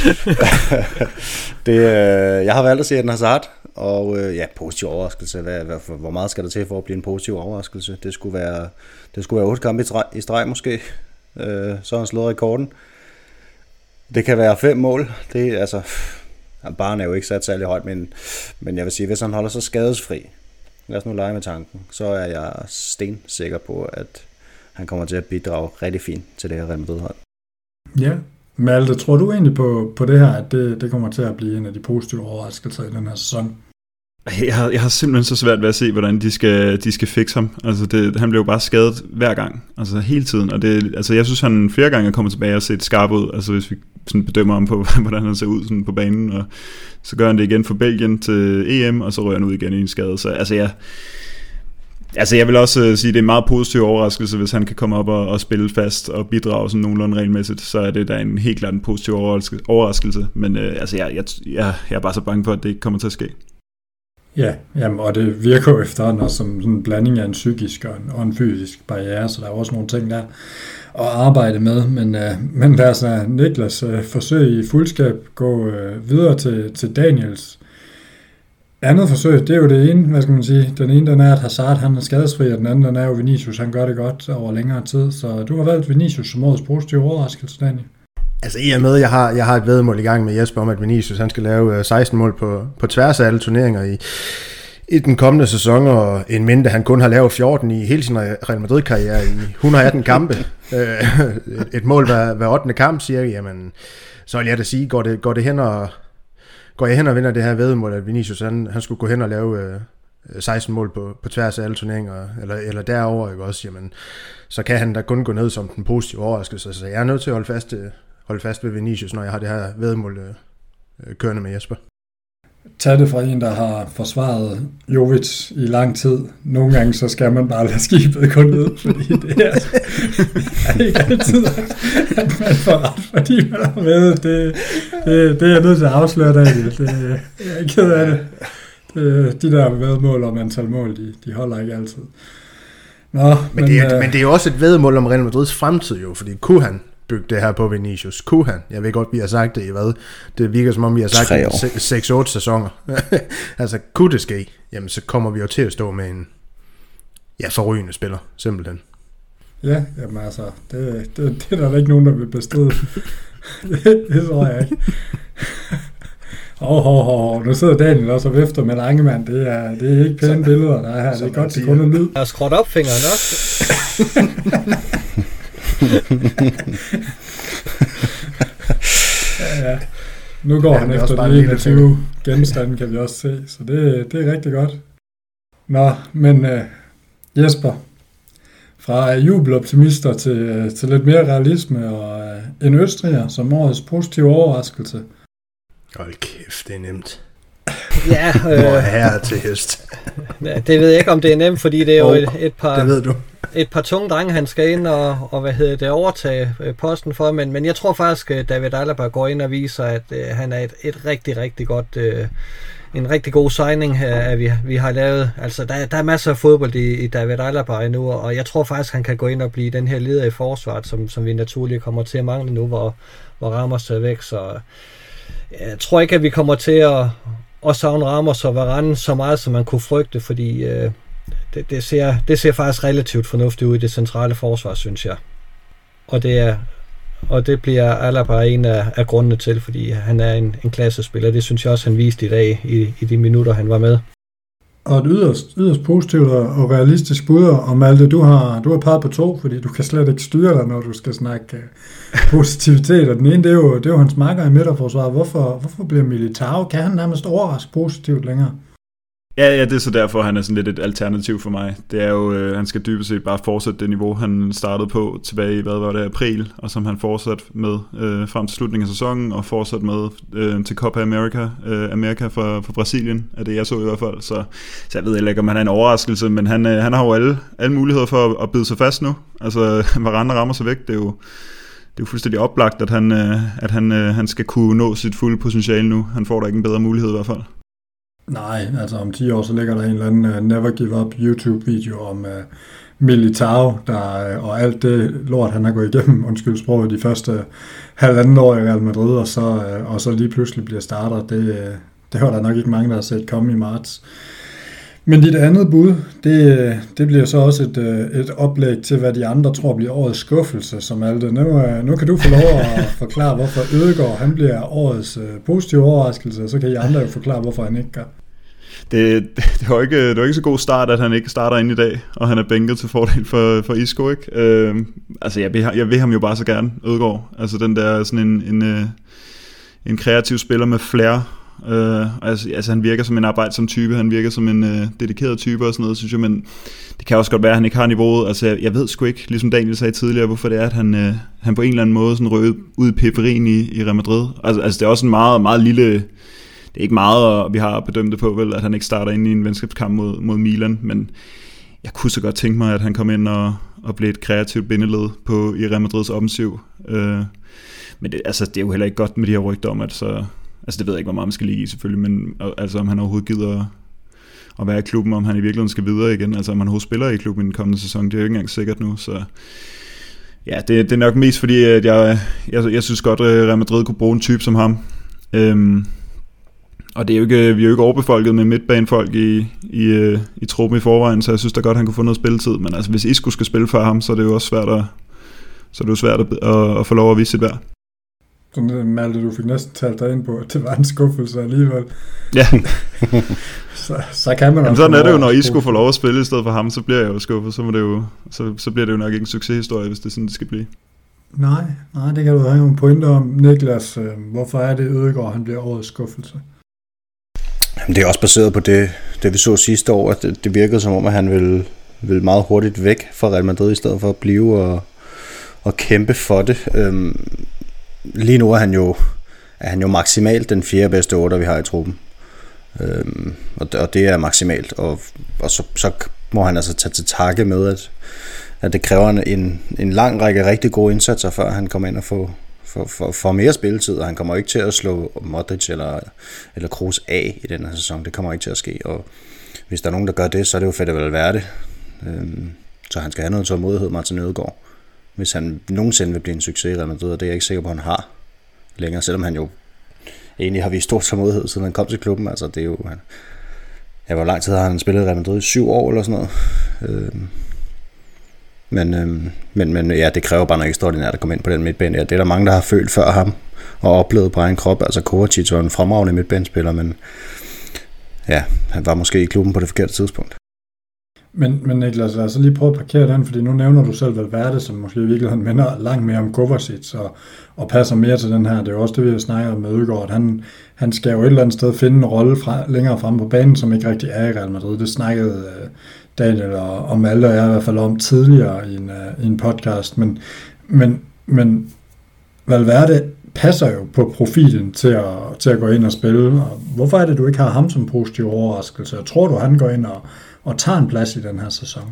det, øh, jeg har valgt at sige Eden Hazard, og øh, ja, positiv overraskelse. Hvad, hvad, hvor meget skal der til for at blive en positiv overraskelse? Det skulle være, det skulle være otte kampe i streg, i streg måske. Øh, så har han slået rekorden. Det kan være fem mål. Det er altså... Barren er jo ikke sat særlig højt, men, men jeg vil sige, hvis han holder sig skadesfri, lad os nu lege med tanken, så er jeg stensikker på, at han kommer til at bidrage rigtig fint til det her Real Madrid-hold. Ja, Malte, tror du egentlig på, på det her, at det, det kommer til at blive en af de positive overraskelser i den her sæson? Jeg har, jeg har simpelthen så svært ved at se, hvordan de skal, de skal fikse ham. Altså det, han blev jo bare skadet hver gang, altså hele tiden. Og det, altså jeg synes, han flere gange er kommet tilbage og set skarp ud, altså hvis vi sådan bedømmer ham på, hvordan han ser ud sådan på banen. Og så gør han det igen for Belgien til E M, og så rører han ud igen i en skade. Så altså jeg, altså jeg vil også sige, at det er en meget positiv overraskelse, hvis han kan komme op og, og spille fast og bidrage sådan nogenlunde regelmæssigt. Så er det da en helt klart en positiv overraskelse. Men øh, altså jeg, jeg, jeg, jeg er bare så bange for, at det ikke kommer til at ske. Ja, jamen, og det virker jo efterhånden også som sådan en blanding af en psykisk og en, og en fysisk barriere, så der er også nogle ting der at arbejde med, men, øh, men lad os lade Niklas øh, forsøg i fuldskab gå øh, videre til, til Daniels andet forsøg. Det er jo det ene, hvad skal man sige, den ene den er, at Hazard han er skadesfri, og den anden den er jo Vinicius, han gør det godt over længere tid, så du har valgt Vinicius som årets positive overraskelse, Daniel. Altså i og med, jeg har, jeg har et væddemål i gang med Jesper om, at Vinicius han skal lave seksten mål på, på tværs af alle turneringer i, i den kommende sæson, og en mindre han kun har lavet fjorten i hele sin Real Madrid-karriere i et hundrede og atten kampe. Et mål hver, hver ottende kamp, cirka. Jamen, så vil jeg da sige, går det, går det hen og går jeg hen og vinder det her væddemål, at Vinicius han, han skulle gå hen og lave øh, seksten mål på, på tværs af alle turneringer, eller, eller derover, ikke også, jamen, så kan han da kun gå ned som den positive overraskelse. Så jeg er nødt til at holde fast til holde fast ved Vinicius, når jeg har det her væddemål øh, kørende med Jesper. Tag det fra en, der har forsvaret Jovic i lang tid. Nogle gange så skal man bare lade skibet gå ned, fordi det er, er ikke altid, at man får ret, fordi man har med. Det, det, det er jeg nødt til at afsløre, Daniel. Det, jeg er ked af det. det. De der væddemål om antal mål, de, de holder ikke altid. Nå, men, men, det er, øh, men det er jo også et væddemål om Real Madrids fremtid, jo, fordi kunne han bygge det her på Vinicius? Kunne han? Jeg ved godt, vi har sagt det i hvad? Det virker som om, vi har sagt det i seks otte sæsoner. Altså, kunne det ske? Jamen, så kommer vi jo til at stå med en ja, forrygende spiller, simpelthen. Ja, jamen altså, det, det, det er der ikke nogen, der vil bestride. det, det tror jeg ikke. Hov, hov, hov, nu sidder Daniel også og vifter med Langemand. Det er, det er ikke pæne billeder, der er her. Det er godt til kun at lyd. Jeg har skråt op fingeren også. Nu går Ja, han det er også efter bare de en lille enogtyve genstande, kan vi også se. Så det, det er rigtig godt. Nå, men uh, Jesper, fra jubeloptimister til, til lidt mere realisme og uh, en østriger som årets positive overraskelse. Hold kæft, det er nemt. Ja, Øh, øh, her til hest. det ved jeg ikke, om det er nemt, fordi det er jo Oh, et, et par... Det ved du. et par tunge drenge, han skal ind og, og hvad hedder det, overtage posten for, men, men jeg tror faktisk, at David Alaba går ind og viser, at øh, han er et, et rigtig, rigtig godt, øh, en rigtig god signing her, at vi, vi har lavet. Altså, der, der er masser af fodbold i, i David Alaba endnu, og jeg tror faktisk, han kan gå ind og blive den her leder i forsvaret, som, som vi naturligt kommer til at mangle nu, hvor, hvor Ramos er væk, så jeg tror ikke, at vi kommer til at, at savne Ramos og Varane så meget, som man kunne frygte, fordi øh, Det, det, ser, det ser faktisk relativt fornuftigt ud i det centrale forsvar, synes jeg. Og det, er, og det bliver Alaba en af, af grundene til, fordi han er en, en klassespiller. Det synes jeg også, han viste i dag i, i de minutter, han var med. Og et yderst, yderst positivt og realistisk bud, og Malte, du har, du har peget på to, fordi du kan slet ikke styre dig, når du skal snakke positivitet. Og den ene, det er jo, det er jo hans makker i midterforsvaret. Hvorfor, hvorfor bliver Militao? Kan han nærmest overraske positivt længere? Ja, ja, det er så derfor, han er sådan lidt et alternativ for mig. Det er jo, øh, han skal dybest set bare fortsætte det niveau, han startede på tilbage i, hvad var det, april, og som han fortsat med øh, frem til slutningen af sæsonen, og fortsat med øh, til Copa America, øh, America for, for Brasilien, er det jeg så i hvert fald. Så, så jeg ved ikke, om han er en overraskelse, men han, øh, han har jo alle, alle muligheder for at, at bide sig fast nu. Altså, Varane rammer sig væk, det er jo, det er jo fuldstændig oplagt, at han, øh, at han, øh, han skal kunne nå sit fulde potentiale nu. Han får da ikke en bedre mulighed i hvert fald. Nej, altså om ti år, så ligger der en eller anden uh, Never Give Up YouTube-video om uh, Militao, der, uh, og alt det lort, han har gået igennem, undskyld sproget, de første uh, halvanden år i Real Madrid, og så, uh, og så lige pludselig bliver starter. Det, uh, det var der nok ikke mange, der har set komme i marts. Men dit andet bud, det, det bliver så også et, et oplæg til, hvad de andre tror bliver årets skuffelse, som Malte. Nu, nu kan du få lov at forklare, hvorfor Ødegaard han bliver årets positive overraskelse, og så kan I andre jo forklare, hvorfor han ikke gør. Det, det, var ikke, det var ikke så god start, at han ikke starter ind i dag, og han er bænket til fordel for, for Isco, ikke? Øh, altså, jeg vil, jeg vil ham jo bare så gerne, Ødegaard. Altså, den der sådan en, en, en kreativ spiller med flair. Uh, altså, altså han virker som en arbejdsom type, han virker som en uh, dedikeret type og sådan noget, synes jeg, men det kan også godt være, at han ikke har niveauet. Altså jeg, jeg ved sgu ikke, ligesom Daniel sagde tidligere, hvorfor det er, at han, uh, han på en eller anden måde sådan røget ud i periferien i, i Real Madrid. Altså, altså det er også en meget, meget lille, det er ikke meget, og vi har bedømt det på, vel, at han ikke starter ind i en venskabskamp mod, mod Milan, men jeg kunne så godt tænke mig, at han kom ind og, og blev et kreativt bindeled på, i Real Madrids offensiv. Uh, men det, altså, det er jo heller ikke godt med de her rygter om, at så altså det ved jeg ikke, hvor meget man skal ligge i selvfølgelig, men altså om han overhovedet gider at være i klubben, om han i virkeligheden skal videre igen, altså om han overhovedet spiller i klubben i den kommende sæson, det er jo ikke engang sikkert nu, så ja, det, det er nok mest fordi, at jeg, jeg, jeg synes godt, at Real Madrid kunne bruge en type som ham, øhm, og det er jo ikke, vi er jo ikke overbefolket med midtbanefolk i, i, i truppen i forvejen, så jeg synes da godt, at han kunne få noget spilletid, men altså hvis Isco skal spille for ham, så er det jo også svært at, så er det jo svært at, at, at få lov at vise sit værd. Sådan, Malte, du fik næsten talt dig ind på, at det var en skuffelse alligevel. Ja. så, så kan man også... Jamen, sådan er det jo, når Isco får lov at spille i stedet for ham, så bliver jeg jo skuffet, så, må det jo, så, så bliver det jo nok ikke en succeshistorie, hvis det er sådan, det skal blive. Nej, nej, det kan du have nogle pointer om. Niklas, øh, hvorfor er det Ødegaard, han bliver årets skuffelse? Jamen, det er også baseret på det, det vi så sidste år, at det, det virkede som om, at han ville, ville meget hurtigt væk fra Real Madrid, i stedet for at blive og, og kæmpe for det. Øhm, Lige nu er han jo, er han jo maksimalt den fjerde bedste otter, vi har i truppen. Øhm, og, det, og det er maksimalt. Og, og så, så må han altså tage til takke med, at, at det kræver en, en lang række rigtig gode indsatser, før han kommer ind og får, får, får, får mere spilletid. Og han kommer ikke til at slå Modric eller, eller Kroos af i denne sæson. Det kommer ikke til at ske. Og hvis der er nogen, der gør det, så er det jo fedt at vel være det. Øhm, så han skal have noget tålmodighed, Martin Ødegaard, hvis han nogensinde vil blive en succes i Real Madrid, og det er jeg ikke sikker på, at han har længere, selvom han jo egentlig har vist stor tålmodighed, siden han kom til klubben. Altså, det er jo... Han, ja, hvor lang tid har han spillet i Real Madrid? Syv år eller sådan noget. Øhm, men, øhm, men, men ja, det kræver bare noget ekstraordinært at komme ind på den midtbane. Ja, det er der mange, der har følt før ham, og oplevet på egen krop. Altså, Kovacic var en fremragende midtbanespiller, men ja, han var måske i klubben på det forkerte tidspunkt. Men, men Niklas, lad os så lige prøve at parkere den, fordi nu nævner du selv Valverde, som måske i virkeligheden minder langt mere om Kovacic, og, og passer mere til den her. Det er jo også det, vi har snakket om med Ødegaard. Han, han skal jo et eller andet sted finde en rolle fra, længere fremme på banen, som ikke rigtig er i Real Madrid. Det snakkede uh, Daniel og, og Malte og jeg i hvert fald om tidligere i en, uh, i en podcast. Men, men, men Valverde passer jo på profilen til at, til at gå ind og spille. Og hvorfor er det, du ikke har ham som positiv overraskelse? Jeg tror du, han går ind og og tager en plads i den her sæson?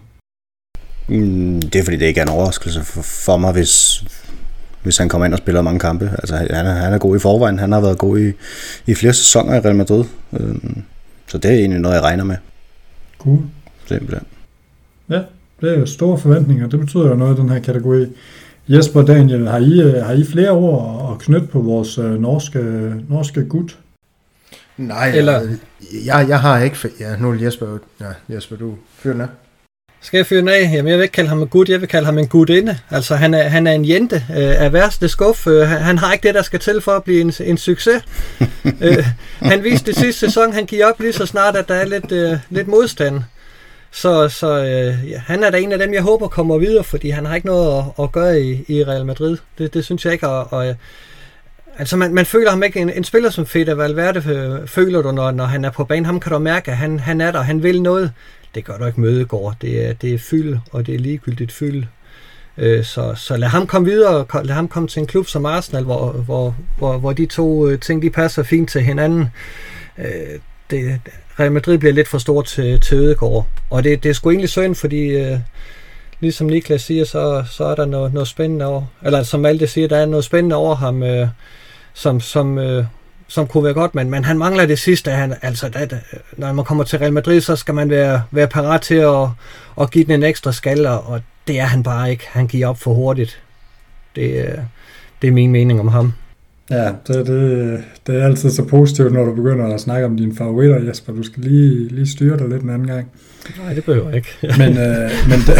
Mm, det er fordi, det ikke er en overraskelse for, for mig, hvis, hvis han kommer ind og spiller mange kampe. Altså, han er, han er god i forvejen. Han har været god i, i flere sæsoner i Real Madrid. Um, så det er egentlig noget, jeg regner med. Cool. Simpelthen. Ja, det er jo store forventninger. Det betyder jo noget i den her kategori. Jesper og Daniel, har I, har I flere ord at knytte på vores øh, norske, norske gut? Nej, Eller... jeg, jeg har ikke... Ja, nu er Jesper... Ja, Jesper, du fyrer den af. Skal jeg fyre den af? Jamen, jeg vil ikke kalde ham en gut, jeg vil kalde ham en gutinde. Altså, han er, han er en jente øh, af værste skuf. Øh, han, han har ikke det, der skal til for at blive en, en succes. øh, han viste det sidste sæson, han giver op lige så snart, at der er lidt, øh, lidt modstand. Så, så øh, ja, han er da en af dem, jeg håber kommer videre, fordi han har ikke noget at, at gøre i, i Real Madrid. Det, det synes jeg ikke, og... og altså, man, man føler ham ikke. En, en spiller som Fede Valverde øh, føler du, når, når han er på banen. Ham kan du mærke, at han, han er der, han vil noget. Det gør du ikke med Ødegaard. Det er, det er fyld, og det er ligegyldigt fyld. Øh, så, så lad ham komme videre, lad ham komme til en klub som Arsenal, hvor, hvor, hvor, hvor de to øh, ting, de passer fint til hinanden. Øh, det, Real Madrid bliver lidt for stort til, til Ødegaard. Og det, det er sgu egentlig synd, fordi... Øh, Ligesom Niklas siger, så, så er der noget, noget spændende over, eller som Malte siger, der er noget spændende over ham, øh, som, som, øh, som kunne være godt, men, men han mangler det sidste. Han, altså, da, da, når man kommer til Real Madrid, så skal man være, være parat til at, at give den en ekstra skaller, og det er han bare ikke. Han giver op for hurtigt. Det, det er min mening om ham. Ja, det, det, det er altid så positivt, når du begynder at snakke om dine favoritter, Jesper. Du skal lige, lige styre dig lidt en anden gang. Nej, det behøver jeg ikke. men, øh, men da...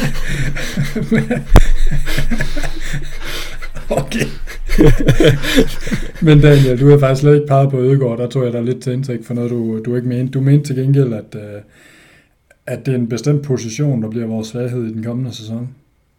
okay. Men Daniel, du har faktisk slet ikke peget på Ødegaard. Der tog jeg dig lidt til indtægt for noget, du, du ikke mente. Du mente til gengæld, at, øh, at det er en bestemt position, der bliver vores svaghed i den kommende sæson.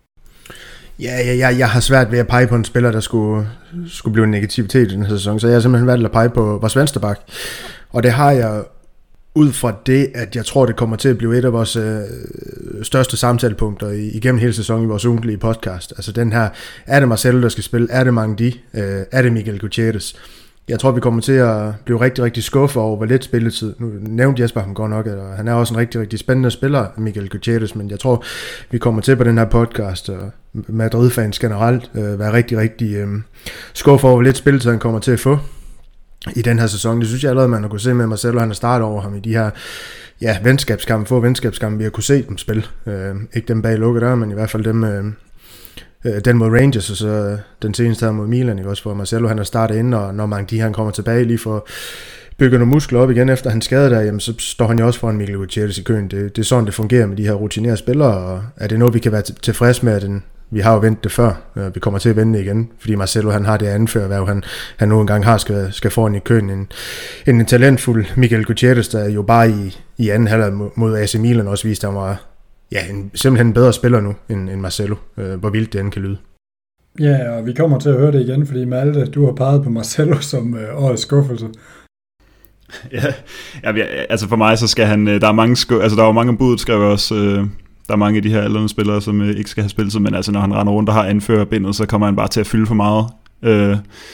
Ja, ja, ja, jeg har svært ved at pege på en spiller, der skulle, skulle blive en negativitet i den her sæson, så jeg har simpelthen valgt at pege på vores venstreback. Og det har jeg ud fra det, at jeg tror, det kommer til at blive et af vores øh, største samtalepunkter igennem hele sæsonen i vores ugentlige podcast. Altså den her, er det Marcelo, der skal spille? Er det Mangdi? Øh, er det Miguel Gutierrez? Jeg tror, vi kommer til at blive rigtig, rigtig skuffet over, hvor lidt spilletid. Nu nævnte Jesper ham godt nok, at han er også en rigtig, rigtig spændende spiller, Miguel Gutierrez, men jeg tror, vi kommer til på den her podcast, og Madrid-fans generelt, øh, være rigtig, rigtig øh, skuffet over, hvor lidt spilletid han kommer til at få i den her sæson. Det synes jeg allerede, man har kunne se med Marcelo, han har startet over ham i de her ja, venskabskampe, få venskabskampe, vi har kunne se dem spille. Øh, ikke dem bag lukket dør, men i hvert fald dem... Øh, den mod Rangers, og så den seneste her mod Milan, ikke? Også hvor Marcelo han har startet ind, og når Mangdi han kommer tilbage lige for bygge nogle muskler op igen efter han skade der, jamen så står han jo også foran Miguel Gutierrez i køen. Det, det er sådan, det fungerer med de her rutinerede spillere, og er det noget, vi kan være tilfreds med, at den, vi har jo ventet det før, vi kommer til at vente igen, fordi Marcelo han har det anførerværv, han, han nu engang har skal, skal foran i køen. En, en talentfuld Miguel Gutierrez, der jo bare i, i anden halvleg mod A C Milan også viste, at han var ja, en, simpelthen en bedre spiller nu end, end Marcelo, øh, hvor vildt det end kan lyde. Ja, og vi kommer til at høre det igen, fordi Malte, du har peget på Marcelo som øh, årets skuffelse. Ja, ja, altså for mig så skal han, der er mange, sku, altså der er mange bud, skrev også, øh, der er mange af de her aldrende spillere, som øh, ikke skal have spillet, men altså når han render rundt og har anførerbindet, så kommer han bare til at fylde for meget. Øh,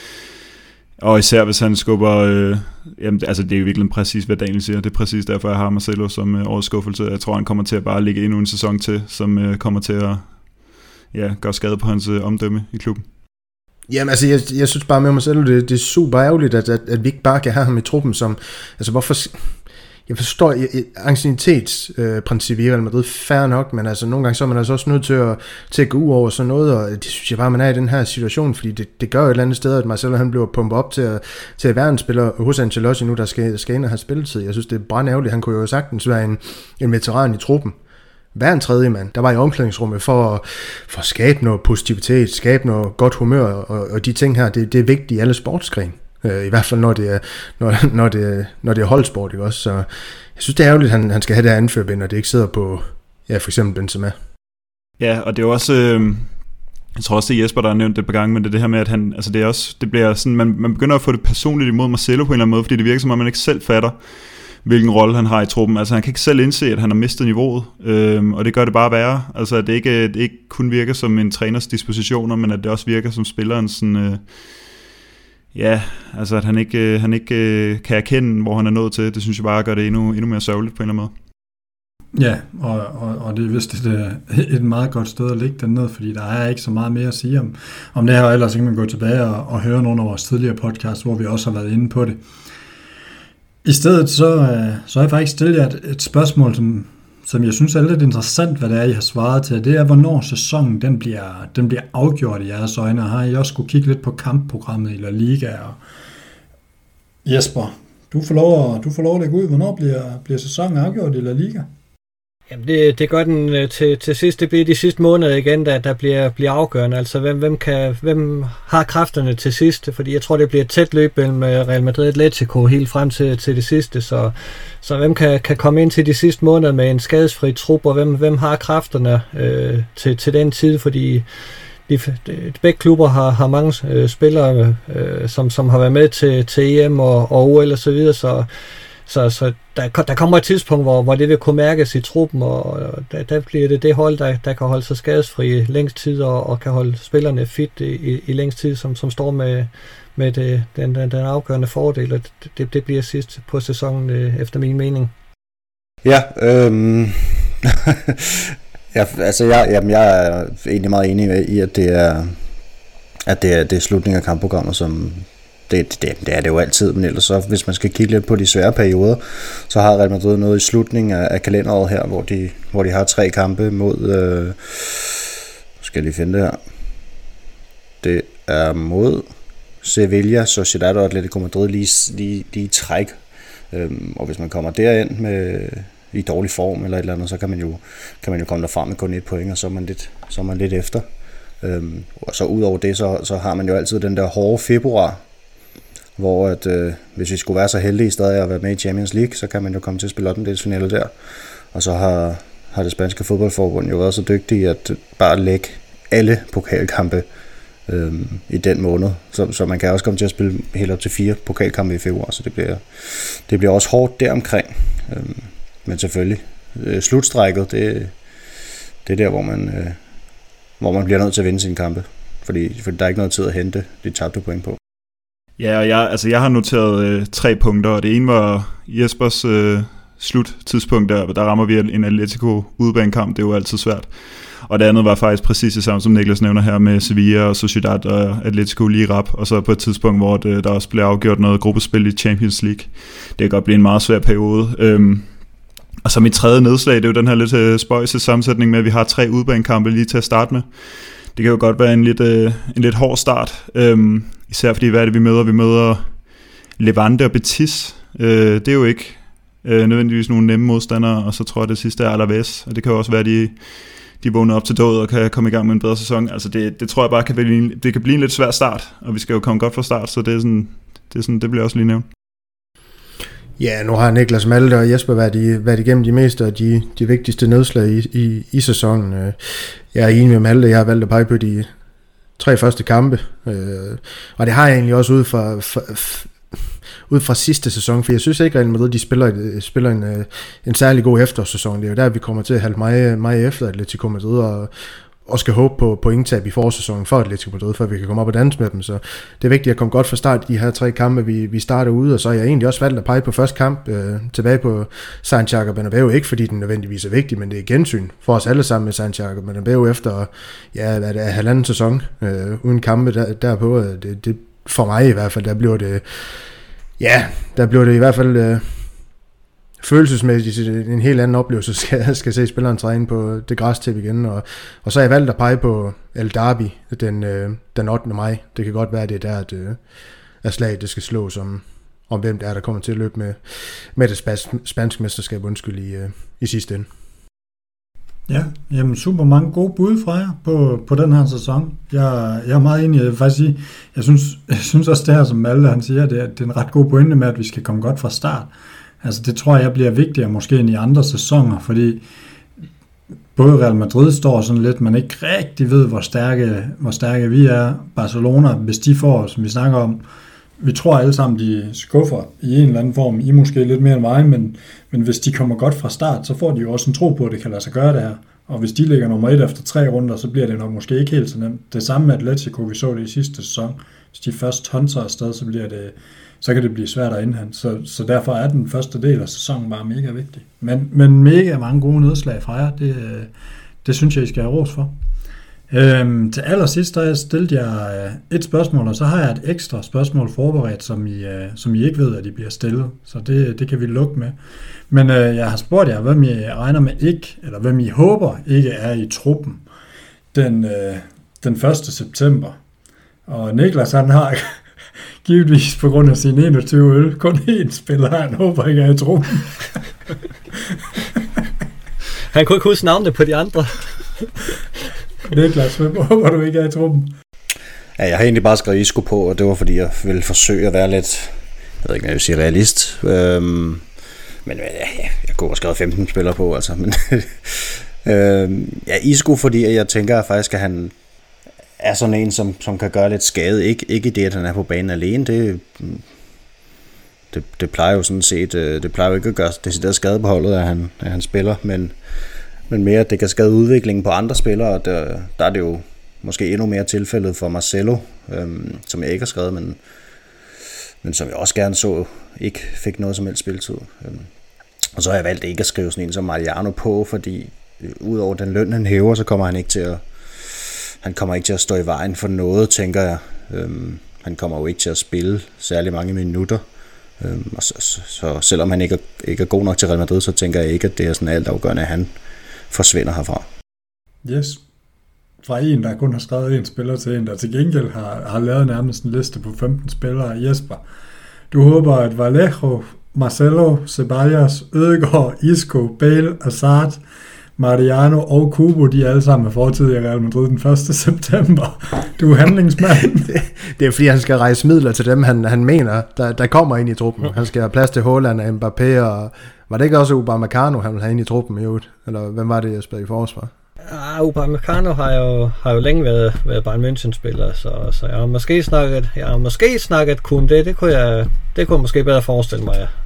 og især hvis han skubber, øh, jamen, altså det er jo virkelig præcis, hvad Daniel siger, det er præcis derfor, jeg har Marcelo som øh, årets skuffelse. Jeg tror, han kommer til at bare ligge endnu en sæson til, som øh, kommer til at ja, gøre skade på hans øh, omdømme i klubben. Jamen altså, jeg, jeg synes bare med Marcelo, det, det er super ærgerligt, at, at, at vi ikke bare kan have ham i truppen som, altså hvorfor, jeg forstår anciennitetsprincip øh, i Real Madrid, fair nok, men altså nogle gange så er man altså også nødt til at, til at gå ud over sådan noget, og det synes jeg bare, man er i den her situation, fordi det, det gør jo et eller andet sted, at Marcelo han bliver pumpet op til at, til at være en spiller hos Ancelotti nu, der skal, skal ind og have spilletid. Jeg synes, det er brandærgerligt, han kunne jo sagtens være en, en veteran i truppen. Hver en tredje mand, der var i omklædningsrummet for, for at skabe noget positivitet, skabe noget godt humør, og, og de ting her, det, det er vigtigt i alle sportsgrene. I hvert fald når det er, når, når det, når det er holdsport, ikke også? Så jeg synes, det er ærgerligt, at han, han skal have det her anførbind, og det ikke sidder på, ja, for eksempel Benzema. Ja, og det er også, øh, jeg tror også, det er Jesper, der har nævnt det et par gange, men det er det her med, at han, altså det er også, det bliver sådan, man, man begynder at få det personligt imod Marcelo på en eller anden måde, fordi det virker som om, man ikke selv fatter, hvilken rolle han har i truppen. Altså han kan ikke selv indse, at han har mistet niveauet, øh, og det gør det bare værre. Altså at det ikke, det ikke kun virker som en træners dispositioner, men at det også virker som spilleren sådan, øh, ja, altså at han ikke, han ikke øh, kan erkende, hvor han er nået til. Det synes jeg bare gør det endnu, endnu mere sørgeligt på en eller anden måde. Ja, og, og, og det er vist et, et meget godt sted at lægge den ned, fordi der er ikke så meget mere at sige om, om det her, og ellers kan man gå tilbage og, og høre nogle af vores tidligere podcasts, hvor vi også har været inde på det. I stedet så, så har jeg faktisk stillet jer et, et spørgsmål, som, som jeg synes er lidt interessant, hvad det er, I har svaret til. Det er, hvornår sæsonen den bliver, den bliver afgjort i jeres øjne, og har I også skulle kigge lidt på kampprogrammet i La Liga. Og Jesper, du får lov at, du får lov at lægge ud, hvornår bliver, bliver sæsonen afgjort i La Liga? Jamen det, det gør den til, til sidst, det bliver de sidste måneder igen, der, der bliver, bliver afgørende. Altså hvem, hvem, kan, hvem har kræfterne til sidst? Fordi jeg tror, det bliver et tæt løb mellem Real Madrid og Atletico helt frem til, til det sidste. Så, så hvem kan, kan komme ind til de sidste måneder med en skadesfri trup, og hvem, hvem har kræfterne øh, til, til den tid? Fordi de, de, begge klubber har, har mange øh, spillere, øh, som, som har været med til, til E M og, og O L og så videre, så Så, så der, der kommer et tidspunkt, hvor, hvor det vil kunne mærkes i truppen, og der, der bliver det det hold, der, der kan holde sig skadesfri længst tid, og, og kan holde spillerne fit i, i, i længst tid, som, som står med, med det, den, den, den afgørende fordel, og det, det bliver sidst på sæsonen, efter min mening. Ja, øhm... ja, altså jeg, jamen jeg er egentlig meget enig i, at det er, at det er, det er slutningen af kampprogrammet, som Det, det, det er det jo altid, men ellers så, hvis man skal kigge lidt på de svære perioder, så har Real Madrid noget i slutningen af, af kalenderåret her, hvor de, hvor de har tre kampe mod, øh, skal jeg lige finde det her, det er mod Sevilla, Sociedad og Atletico Madrid lige, lige, lige træk, øhm, og hvis man kommer derind med i dårlig form eller et eller andet, så kan man jo, kan man jo komme derfra med kun et point, og så er man lidt, så er man lidt efter. Øhm, og så ud over det, så, så har man jo altid den der hårde februar, hvor at, øh, hvis vi skulle være så heldige stadig at være med i Champions League, så kan man jo komme til at spille ottendedelsfinale der. Og så har, har det spanske fodboldforbund jo været så dygtige at bare lægge alle pokalkampe øh, i den måned. Så, så man kan også komme til at spille helt op til fire pokalkampe i februar, så det bliver, det bliver også hårdt deromkring. Øh, men selvfølgelig, øh, slutstrækket, det, det er der, hvor man, øh, hvor man bliver nødt til at vinde sine kampe. Fordi, fordi der er ikke noget tid at hente de tabte point på. Ja, og jeg, altså jeg har noteret øh, tre punkter, og det ene var Jespers øh, sluttidspunkt, der, der rammer vi en Atletico udebanekamp, det er jo altid svært. Og det andet var faktisk præcis det samme, som Niklas nævner her med Sevilla og Sociedad og Atletico lige rap, og så på et tidspunkt, hvor det, der også blev afgjort noget gruppespil i Champions League. Det kan godt blive en meget svær periode. Øhm, og så mit tredje nedslag, det er jo den her lidt øh, spøjse sammensætning med, at vi har tre udebanekampe lige til at starte med. Det kan jo godt være en lidt, øh, en lidt hård start, øhm, især fordi, hvad er det, vi møder? Vi møder Levante og Betis. Øh, det er jo ikke øh, nødvendigvis nogle nemme modstandere, og så tror jeg, det sidste er Alaves, og det kan jo også være, at de, de vågner op til død og kan komme i gang med en bedre sæson. Altså det, det tror jeg bare, kan blive, det kan blive en lidt svær start, og vi skal jo komme godt fra start, så det, er sådan, det, er sådan, det bliver også lige nævnt. Ja, nu har Niklas, Malte og Jesper været, i, været igennem de meste og de, de vigtigste nedslag i, i, i sæsonen. Jeg er enig med Malte, jeg har valgt at pege på de tre første kampe, og det har jeg egentlig også ud fra, fra, ud fra sidste sæson, for jeg synes ikke, at Madrid de spiller, spiller en, en særlig god efterårssæson. Det er jo der, vi kommer til at halde meget, meget efter Atletico Madrid, og og skal håbe på pointtab i forårssæsonen for Atletico Madrid, for at vi kan komme op og danse med dem. Så det er vigtigt at komme godt fra start i de her tre kampe, vi, vi starter ude, og så har jeg egentlig også valgt at pege på første kamp øh, tilbage på Santiago Bernabeu, ikke fordi den nødvendigvis er vigtig, men det er gensyn for os alle sammen med Santiago Bernabeu efter ja, hvad det er, halvanden sæson øh, uden kampe der, derpå. Det, det, for mig i hvert fald, der bliver det ja, der bliver det i hvert fald øh, følelsesmæssigt en helt anden oplevelse, skal, skal se spilleren træne på det græstæppe igen, og, og så har jeg valgt at pege på El Derby den, øh, den ottende maj. Det kan godt være, at det er der, at, øh, at slaget det skal slås om, om hvem det er, der kommer til at løbe med, med det spansk, spansk mesterskab undskyld i, øh, i sidste ende. Ja, jamen super mange gode bud fra jer på, på den her sæson. Jeg, jeg er meget enig, jeg vil faktisk sige, jeg synes, jeg synes også det her, som Malte han siger, det er, det er en ret god pointe med, at vi skal komme godt fra start. Altså det tror jeg bliver vigtigere måske end i andre sæsoner, fordi både Real Madrid står sådan lidt, man ikke rigtig ved, hvor stærke, hvor stærke vi er. Barcelona, hvis de får, som vi snakker om, vi tror alle sammen, de skuffer i en eller anden form. I måske lidt mere end mig, men, men hvis de kommer godt fra start, så får de jo også en tro på, at det kan lade sig gøre det her. Og hvis de ligger nummer et efter tre runder, så bliver det nok måske ikke helt så nemt. Det samme med Atletico, vi så det i sidste sæson. Hvis de først tonser afsted, så, bliver det, så kan det blive svært at indhente. Så, så derfor er den første del af sæsonen bare mega vigtig. Men, men mega mange gode nedslag fra jer, det, det synes jeg, I skal have ros for. Øhm, til allersidst, der stillede jeg et spørgsmål, og så har jeg et ekstra spørgsmål forberedt, som I, øh, som I ikke ved, at I bliver stillet. Så det, det kan vi lukke med. Men øh, jeg har spurgt jer, hvem I regner med ikke, eller hvem I håber ikke er i truppen den, øh, den første september. Og Niklas, han har givetvis på grund af sine enogtyve øl kun én spiller, han håber ikke er i truppen. Han kunne ikke huske navnet på de andre. Niklas, hvem håber du ikke er i truppen? Ja, jeg har egentlig bare skrevet Isco på, og det var fordi, jeg ville forsøge at være lidt, jeg ved ikke, hvad jeg vil sige, realist. Øhm, men ja, jeg kunne have skrevet femten spillere på, altså. Men, øhm, ja, Isco, fordi jeg tænker faktisk, at han er sådan en, som, som kan gøre lidt skade. Ikke, ikke det, at han er på banen alene. Det, det, det plejer jo sådan set, det plejer jo ikke at gøre decideret skade på holdet, at han, at han spiller, men men mere, at det kan skade udviklingen på andre spillere, og der, der er det jo måske endnu mere tilfældet for Marcelo, øhm, som jeg ikke har skrevet, men, men som jeg også gerne så, ikke fik noget som helst spilletid. Øhm, og så har jeg valgt ikke at skrive sådan en som Mariano på, fordi øh, udover den løn, han hæver, så kommer han ikke til at, han kommer ikke til at stå i vejen for noget, tænker jeg. Øhm, han kommer jo ikke til at spille særlig mange minutter, øhm, og så, så, så selvom han ikke er, ikke er god nok til Real Madrid, så tænker jeg ikke, at det er sådan alt afgørende, at han forsvinder herfra. Yes. Fra en, der kun har skrevet en spiller, til en, der til gengæld har, har lavet nærmest en liste på femten spillere. Jesper, du håber, at Vallejo, Marcelo, Ceballos, Ødegaard, Isco, Bale, Hazard, Mariano og Kubo, de er alle sammen fortid i Real Madrid den første september. Du er handlingsmand. det, det er fordi, han skal rejse midler til dem, han, han mener, der, der kommer ind i truppen. Han skal have plads til Haaland og Mbappé, og var det ikke også Upamecano, han ville have ind i truppen i øvrigt? Eller hvem var det, jeg spillede i forsvar? Ah, Upamecano har jo, har jo længe været, været Bayern München-spiller, så, så jeg har måske snakket, jeg har måske snakket kun det, det kunne jeg, det kunne jeg måske bedre forestille mig, ja.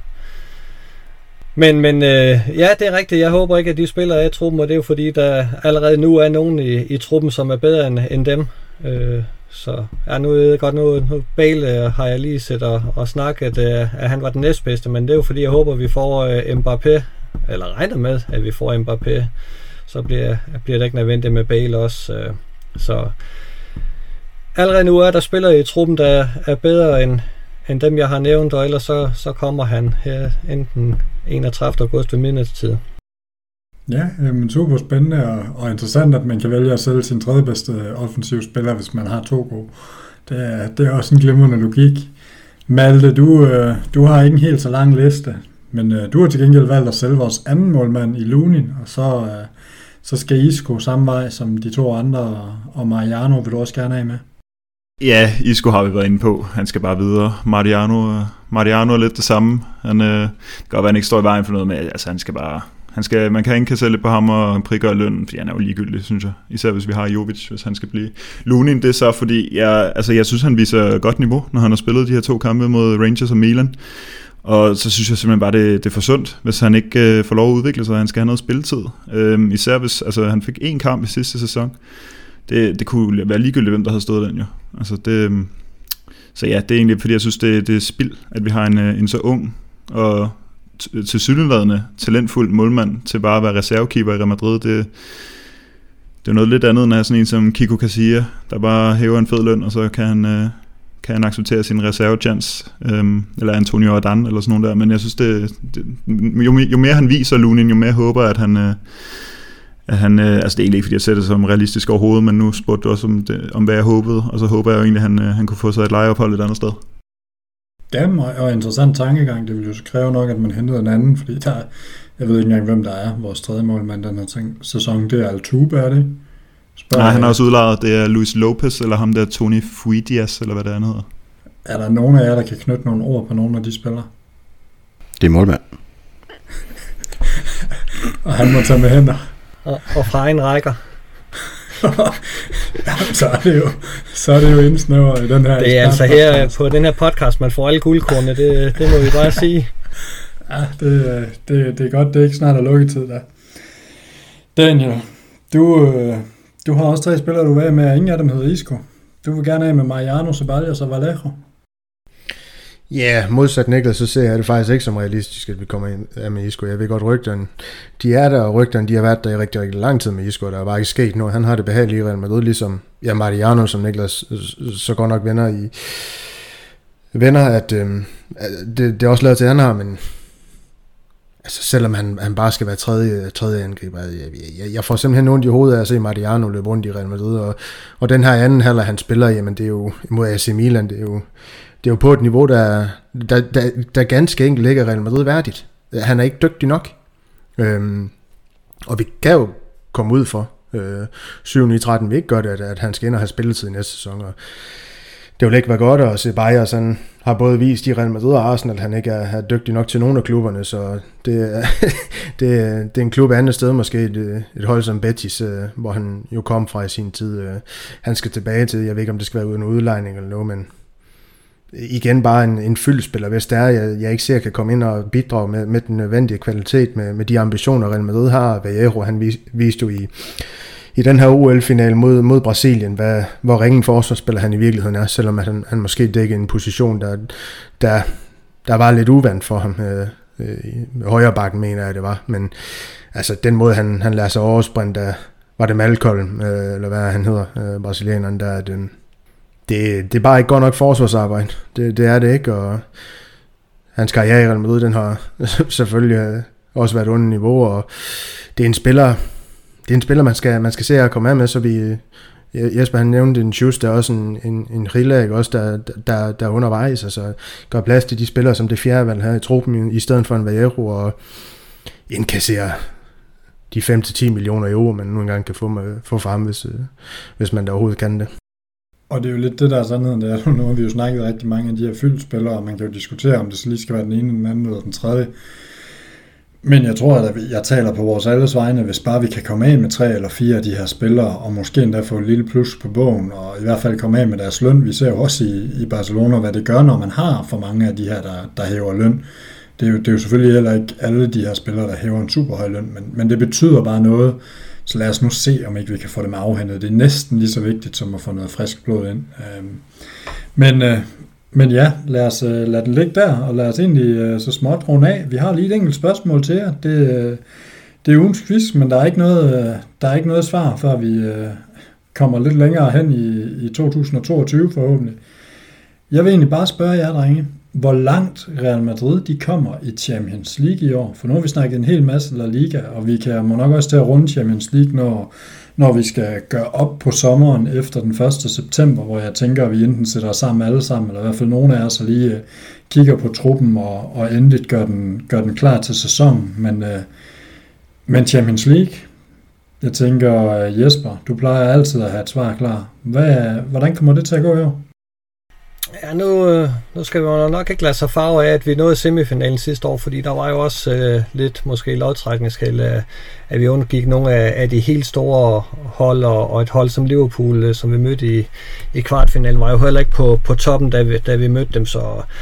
Men, men øh, ja, det er rigtigt. Jeg håber ikke, at de spiller af truppen, og det er jo fordi, der allerede nu er nogen i, i truppen, som er bedre end, end dem. Øh, så ja, nu ved jeg godt, nu, nu Bale har jeg lige set og, og snakket, at, at han var den næstbedste, men det er jo fordi, jeg håber, at vi får øh, Mbappé, eller regner med, at vi får Mbappé, så bliver, bliver det ikke nødvendigt med Bale også. Øh, så allerede nu er der spillere i truppen, der er bedre end, end dem, jeg har nævnt, og ellers så, så kommer han her enten enogtredivte august ved midnatstid. Ja, men super spændende og, og interessant, at man kan vælge at sælge sin tredje bedste offensiv spiller, hvis man har to gode. Det er, det er også en glimrende logik. Malte, du, du har ikke en helt så lang liste, men du har til gengæld valgt at sælge vores anden målmand i Lunin, og så, så skal Isco samme vej som de to andre, og Mariano vil du også gerne have med. Ja, Isco har vi været inde på. Han skal bare videre. Mariano, Mariano er lidt det samme. Han øh, kan godt være, han ikke står i vejen for noget, men altså, han skal bare... Han skal, man kan indkasse lidt på ham og prikke lønnen, fordi han er jo ligegyldig, synes jeg. Især hvis vi har Jovic, hvis han skal blive. Lunin, det er så, fordi jeg, altså, jeg synes, han viser godt niveau, når han har spillet de her to kampe mod Rangers og Milan. Og så synes jeg simpelthen bare, det, det er for sundt, hvis han ikke øh, får lov at udvikle sig, han skal have noget spilletid. Øhm, især hvis altså, han fik én kamp i sidste sæson. Det, det kunne være ligegyldigt, hvem der havde stået den jo. Altså det, så ja, det er egentlig, fordi jeg synes, det, det er spild, at vi har en, en så ung og tilsyneladende talentfuld målmand til bare at være reservekeeper i Real Madrid. Det, det er noget lidt andet, end at have sådan en som Kiko Casilla, der bare hæver en fed løn, og så kan han, kan han acceptere sin reservechance, øhm, eller Antonio Ardan, eller sådan noget der. Men jeg synes, det, det jo, jo mere han viser Lunin, jo mere håber at han... at han, øh, altså det er egentlig ikke, fordi jeg sætter det som realistisk overhovedet, men nu spurgte du også om, det, om hvad jeg håbede, og så håber jeg jo egentlig, at han, øh, han kunne få sig et lejeophold et andet sted. Ja, og interessant tankegang. Det vil jo kræve nok, at man hentede en anden, fordi der, jeg ved ikke engang, hvem der er vores tredje målmand den her ting, sæson. Det er Altuve, er det? Spørg Nej, han er også udlejet. Det er Luis Lopez, eller ham der Tony Fuidias, eller hvad det andet hedder. Er der nogen af jer, der kan knytte nogle ord på nogle af de spillere? Det er målmand. Og han må tage med hænder. og, og fra en rækker. Ja, så er det jo, så er det jo indsnæver i den her. Det er altså her på den her podcast, man får alle guldkornene, det, det må vi bare sige. Ja, det, det, det er godt, det er ikke snart er lukketid der. Daniel, du, du har også tre spillere, du vil af med, og ingen af dem hedder Isco. Du vil gerne af med Mariano, Ceballos og Vallejo. Ja, yeah, modsat Niklas, så ser jeg det faktisk ikke som realistisk, at vi kommer ind af med Isco. Jeg ved godt, rygterne, de er der, og rygterne, de har været der i rigtig, rigtig lang tid med Isco. Der er bare ikke sket noget. Han har det behageligt i Real Madrid, ligesom ja, Mariano, som Niklas så godt nok venner i venner, at øhm, det, det er også lavet til, at han har, men altså, selvom han, han bare skal være tredje, tredje angriber, jeg, jeg, jeg får simpelthen ondt i hovedet af at se Mariano løbe rundt i Real Madrid, og, og den her anden halvleg, han spiller, jamen det er jo imod A C Milan, det er jo Det er jo på et niveau, der, der, der, der ganske enkelt ligger Real Madrid værdigt. Han er ikke dygtig nok. Øhm, og vi kan jo komme ud for øh, syv ni tretten. Vi ikke gør det, at, at han skal ind og have spilletid i næste sæson. Og det vil ikke være godt at se Bayer, han har både vist i Real Madrid og Arsenal, at han ikke er, er dygtig nok til nogen af klubberne. Så det er, det, er, det er en klub andet sted, måske et, et hold som Betis, øh, hvor han jo kom fra i sin tid. Øh, han skal tilbage til, jeg ved ikke, om det skal være uden udlejning eller noget, men igen bare en, en fyldspiller, hvis det er, jeg, jeg ikke ser kan komme ind og bidrage med, med den nødvendige kvalitet, med, med de ambitioner, Real Madrid har. Vallejo, han vis, viste jo i, i den her O L-finale mod, mod Brasilien, hvad, hvor ringen forsvarsspiller han i virkeligheden er, selvom han, han måske dækker en position, der, der, der var lidt uvandt for ham. Øh, øh, højre bakken mener jeg, det var. Men altså, den måde, han, han lader sig oversprinte, der var det Malcolm, øh, eller hvad han hedder, øh, brasilianeren, der den Det, det er bare ikke godt nok forsvarsarbejde. Det, det er det ikke, og hans karriere i Real Madrid, den har selvfølgelig også været under niveau, og det er en spiller, det er en spiller, man skal, man skal se at komme af med, så vi, Jesper han nævnte en Schuss, der er også en, en, en Rilla, ikke? Også der, der, der er undervejs, altså gør plads til de spillere, som det fjerde valg her i truppen, i stedet for en Vallejo, og indkasserer de fem til ti millioner euro, man nu engang kan få, med, få for ham, hvis, hvis man da overhovedet kan det. Og det er jo lidt det, der er sandheden. Det er, nu har vi jo snakket rigtig mange af de her fyldspillere, og man kan jo diskutere, om det så lige skal være den ene, den anden eller den tredje. Men jeg tror, at jeg taler på vores alles vegne, hvis bare vi kan komme af med tre eller fire af de her spillere, og måske endda få et lille plus på bogen, og i hvert fald komme af med deres løn. Vi ser jo også i, i Barcelona, hvad det gør, når man har for mange af de her, der, der hæver løn. Det er, jo, det er jo selvfølgelig heller ikke alle de her spillere, der hæver en super høj løn, men, men det betyder bare noget. Så lad os nu se, om ikke vi kan få dem afhandlet. Det er næsten lige så vigtigt, som at få noget frisk blod ind. Men, men ja, lad os lade den ligge der, og lad os egentlig så småt runde af. Vi har lige et enkelt spørgsmål til jer. Det, det er ugens quiz, men der er ikke noget, der er ikke noget svar, før vi kommer lidt længere hen i, i to tusind og toogtyve forhåbentlig. Jeg vil egentlig bare spørge jer, drenge, hvor langt Real Madrid de kommer i Champions League i år. For nu har vi snakket en hel masse La Liga, og vi kan må nok også til at runde Champions League, når, når vi skal gøre op på sommeren efter den første september, hvor jeg tænker, at vi enten sætter os sammen alle sammen, eller i hvert fald nogle af os og lige kigger på truppen og, og endeligt gør den, gør den klar til sæsonen. Men, øh, men Champions League, jeg tænker, Jesper, du plejer altid at have et svar klar. Hvad, hvordan kommer det til at gå i år? Ja, nu, nu skal vi nok ikke lade sig farve af, at vi nåede semifinalen sidste år, fordi der var jo også øh, lidt måske lodtrækningshæld, at, at vi undgik nogle af, af de helt store hold, og, og et hold som Liverpool, øh, som vi mødte i, i kvartfinalen, var jo heller ikke på, på toppen, da vi, da vi mødte dem, så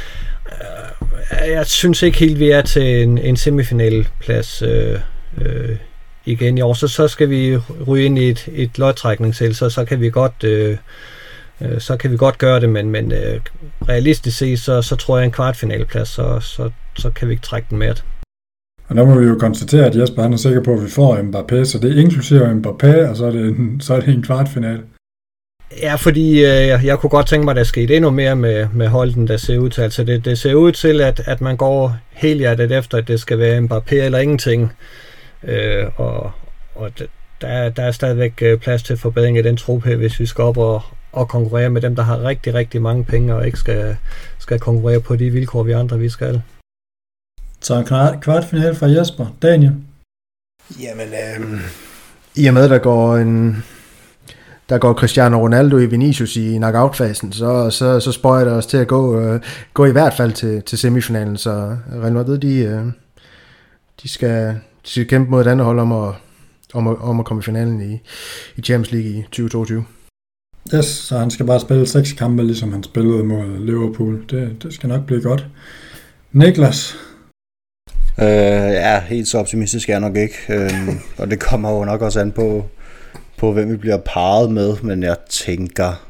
øh, jeg synes ikke helt, vi er til en, en semifinalplads øh, øh, igen i år. Så, så skal vi ryge ind i et, et lodtrækningshæld, så, så kan vi godt... Øh, så kan vi godt gøre det, men, men øh, realistisk set, så, så tror jeg en kvartfinaleplads, så, så, så kan vi ikke trække den med. Og der må vi jo konstatere, at Jesper han er sikker på, at vi får Mbappé, så det inklusive Mbappé, og så er det en, så er det en kvartfinale. Ja, fordi øh, jeg kunne godt tænke mig, at der skete endnu mere med, med holden, der ser ud til. Altså det, det ser ud til, at, at man går helhjertet efter, at det skal være Mbappé eller ingenting. Øh, og og der, der er stadigvæk plads til forbedring i den trup her, hvis vi skal op og og konkurrere med dem, der har rigtig, rigtig mange penge, og ikke skal, skal konkurrere på de vilkår, vi andre vi skal. Så en kvartfinale fra Jesper. Daniel? Jamen, øh, i og med, der går en der går Cristiano Ronaldo i Vinicius i knockout-fasen, så, så, så spøjer det os til at gå, øh, gå i hvert fald til, til semifinalen, så Real Madrid, de, øh, de, skal, de skal kæmpe mod et andet hold om at, om at, om at komme i finalen i, i Champions League i tyve toogtyve. Yes, så han skal bare spille seks kampe, ligesom han spillede mod Liverpool. Det, det skal nok blive godt. Niklas? Øh, ja, helt så optimistisk er jeg nok ikke. Øh, og det kommer jo nok også an på, på, hvem vi bliver parret med. Men jeg tænker...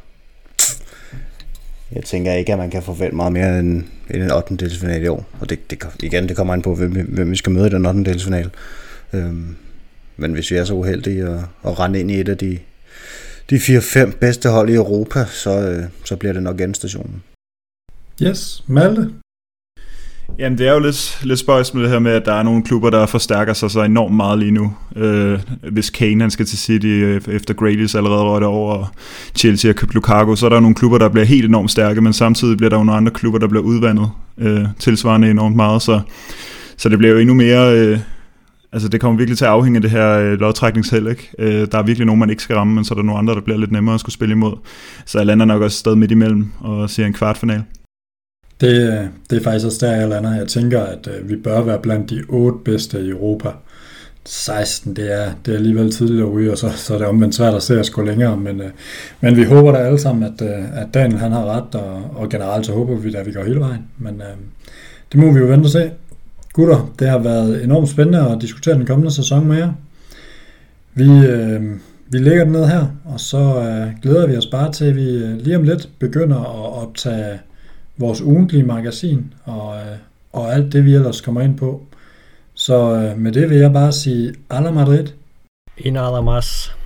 Jeg tænker ikke, at man kan forvente meget mere end, end en ottendedelsfinale i år. Og det, det, igen, det kommer an på, hvem, hvem vi skal møde i den ottendedelsfinale. Øh, men hvis vi er så uheldige at, at rende ind i et af de... de fire fem bedste hold i Europa, så, øh, så bliver det nok endstationen. Yes, Malte? Jamen, det er jo lidt, lidt spøjs med det her med, at der er nogle klubber, der forstærker sig så enormt meget lige nu. Øh, hvis Kane han skal til City efter Grealish allerede røget over, og Chelsea har købt Lukaku, så er der nogle klubber, der bliver helt enormt stærke, men samtidig bliver der jo nogle andre klubber, der bliver udvandet øh, tilsvarende enormt meget, så, så det bliver jo endnu mere... Øh, Altså det kommer virkelig til at afhænge af det her øh, lodtrækningsheld, ikke? Øh, der er virkelig nogen, man ikke skal ramme, men så er der nogle andre, der bliver lidt nemmere at skulle spille imod. Så jeg lander nok også stadig midt imellem og ser en kvartfinal. Det, det er faktisk også der, jeg lander. Jeg tænker, at øh, vi bør være blandt de otte bedste i Europa. seksten, det er, det er alligevel tidligt at ryge, og så, så er det omvendt svært at se os gå længere. Men, øh, men vi håber da alle sammen, at, øh, at Daniel han har ret, og, og generelt så håber vi da, at vi går hele vejen. Men øh, det må vi jo vente og se. Gutter, det har været enormt spændende at diskutere den kommende sæson med jer. Vi, øh, vi lægger den ned her, og så øh, glæder vi os bare til, at vi øh, lige om lidt begynder at optage vores ugentlige magasin, og, øh, og alt det, vi ellers kommer ind på. Så øh, med det vil jeg bare sige, Ala Madrid. In nada más.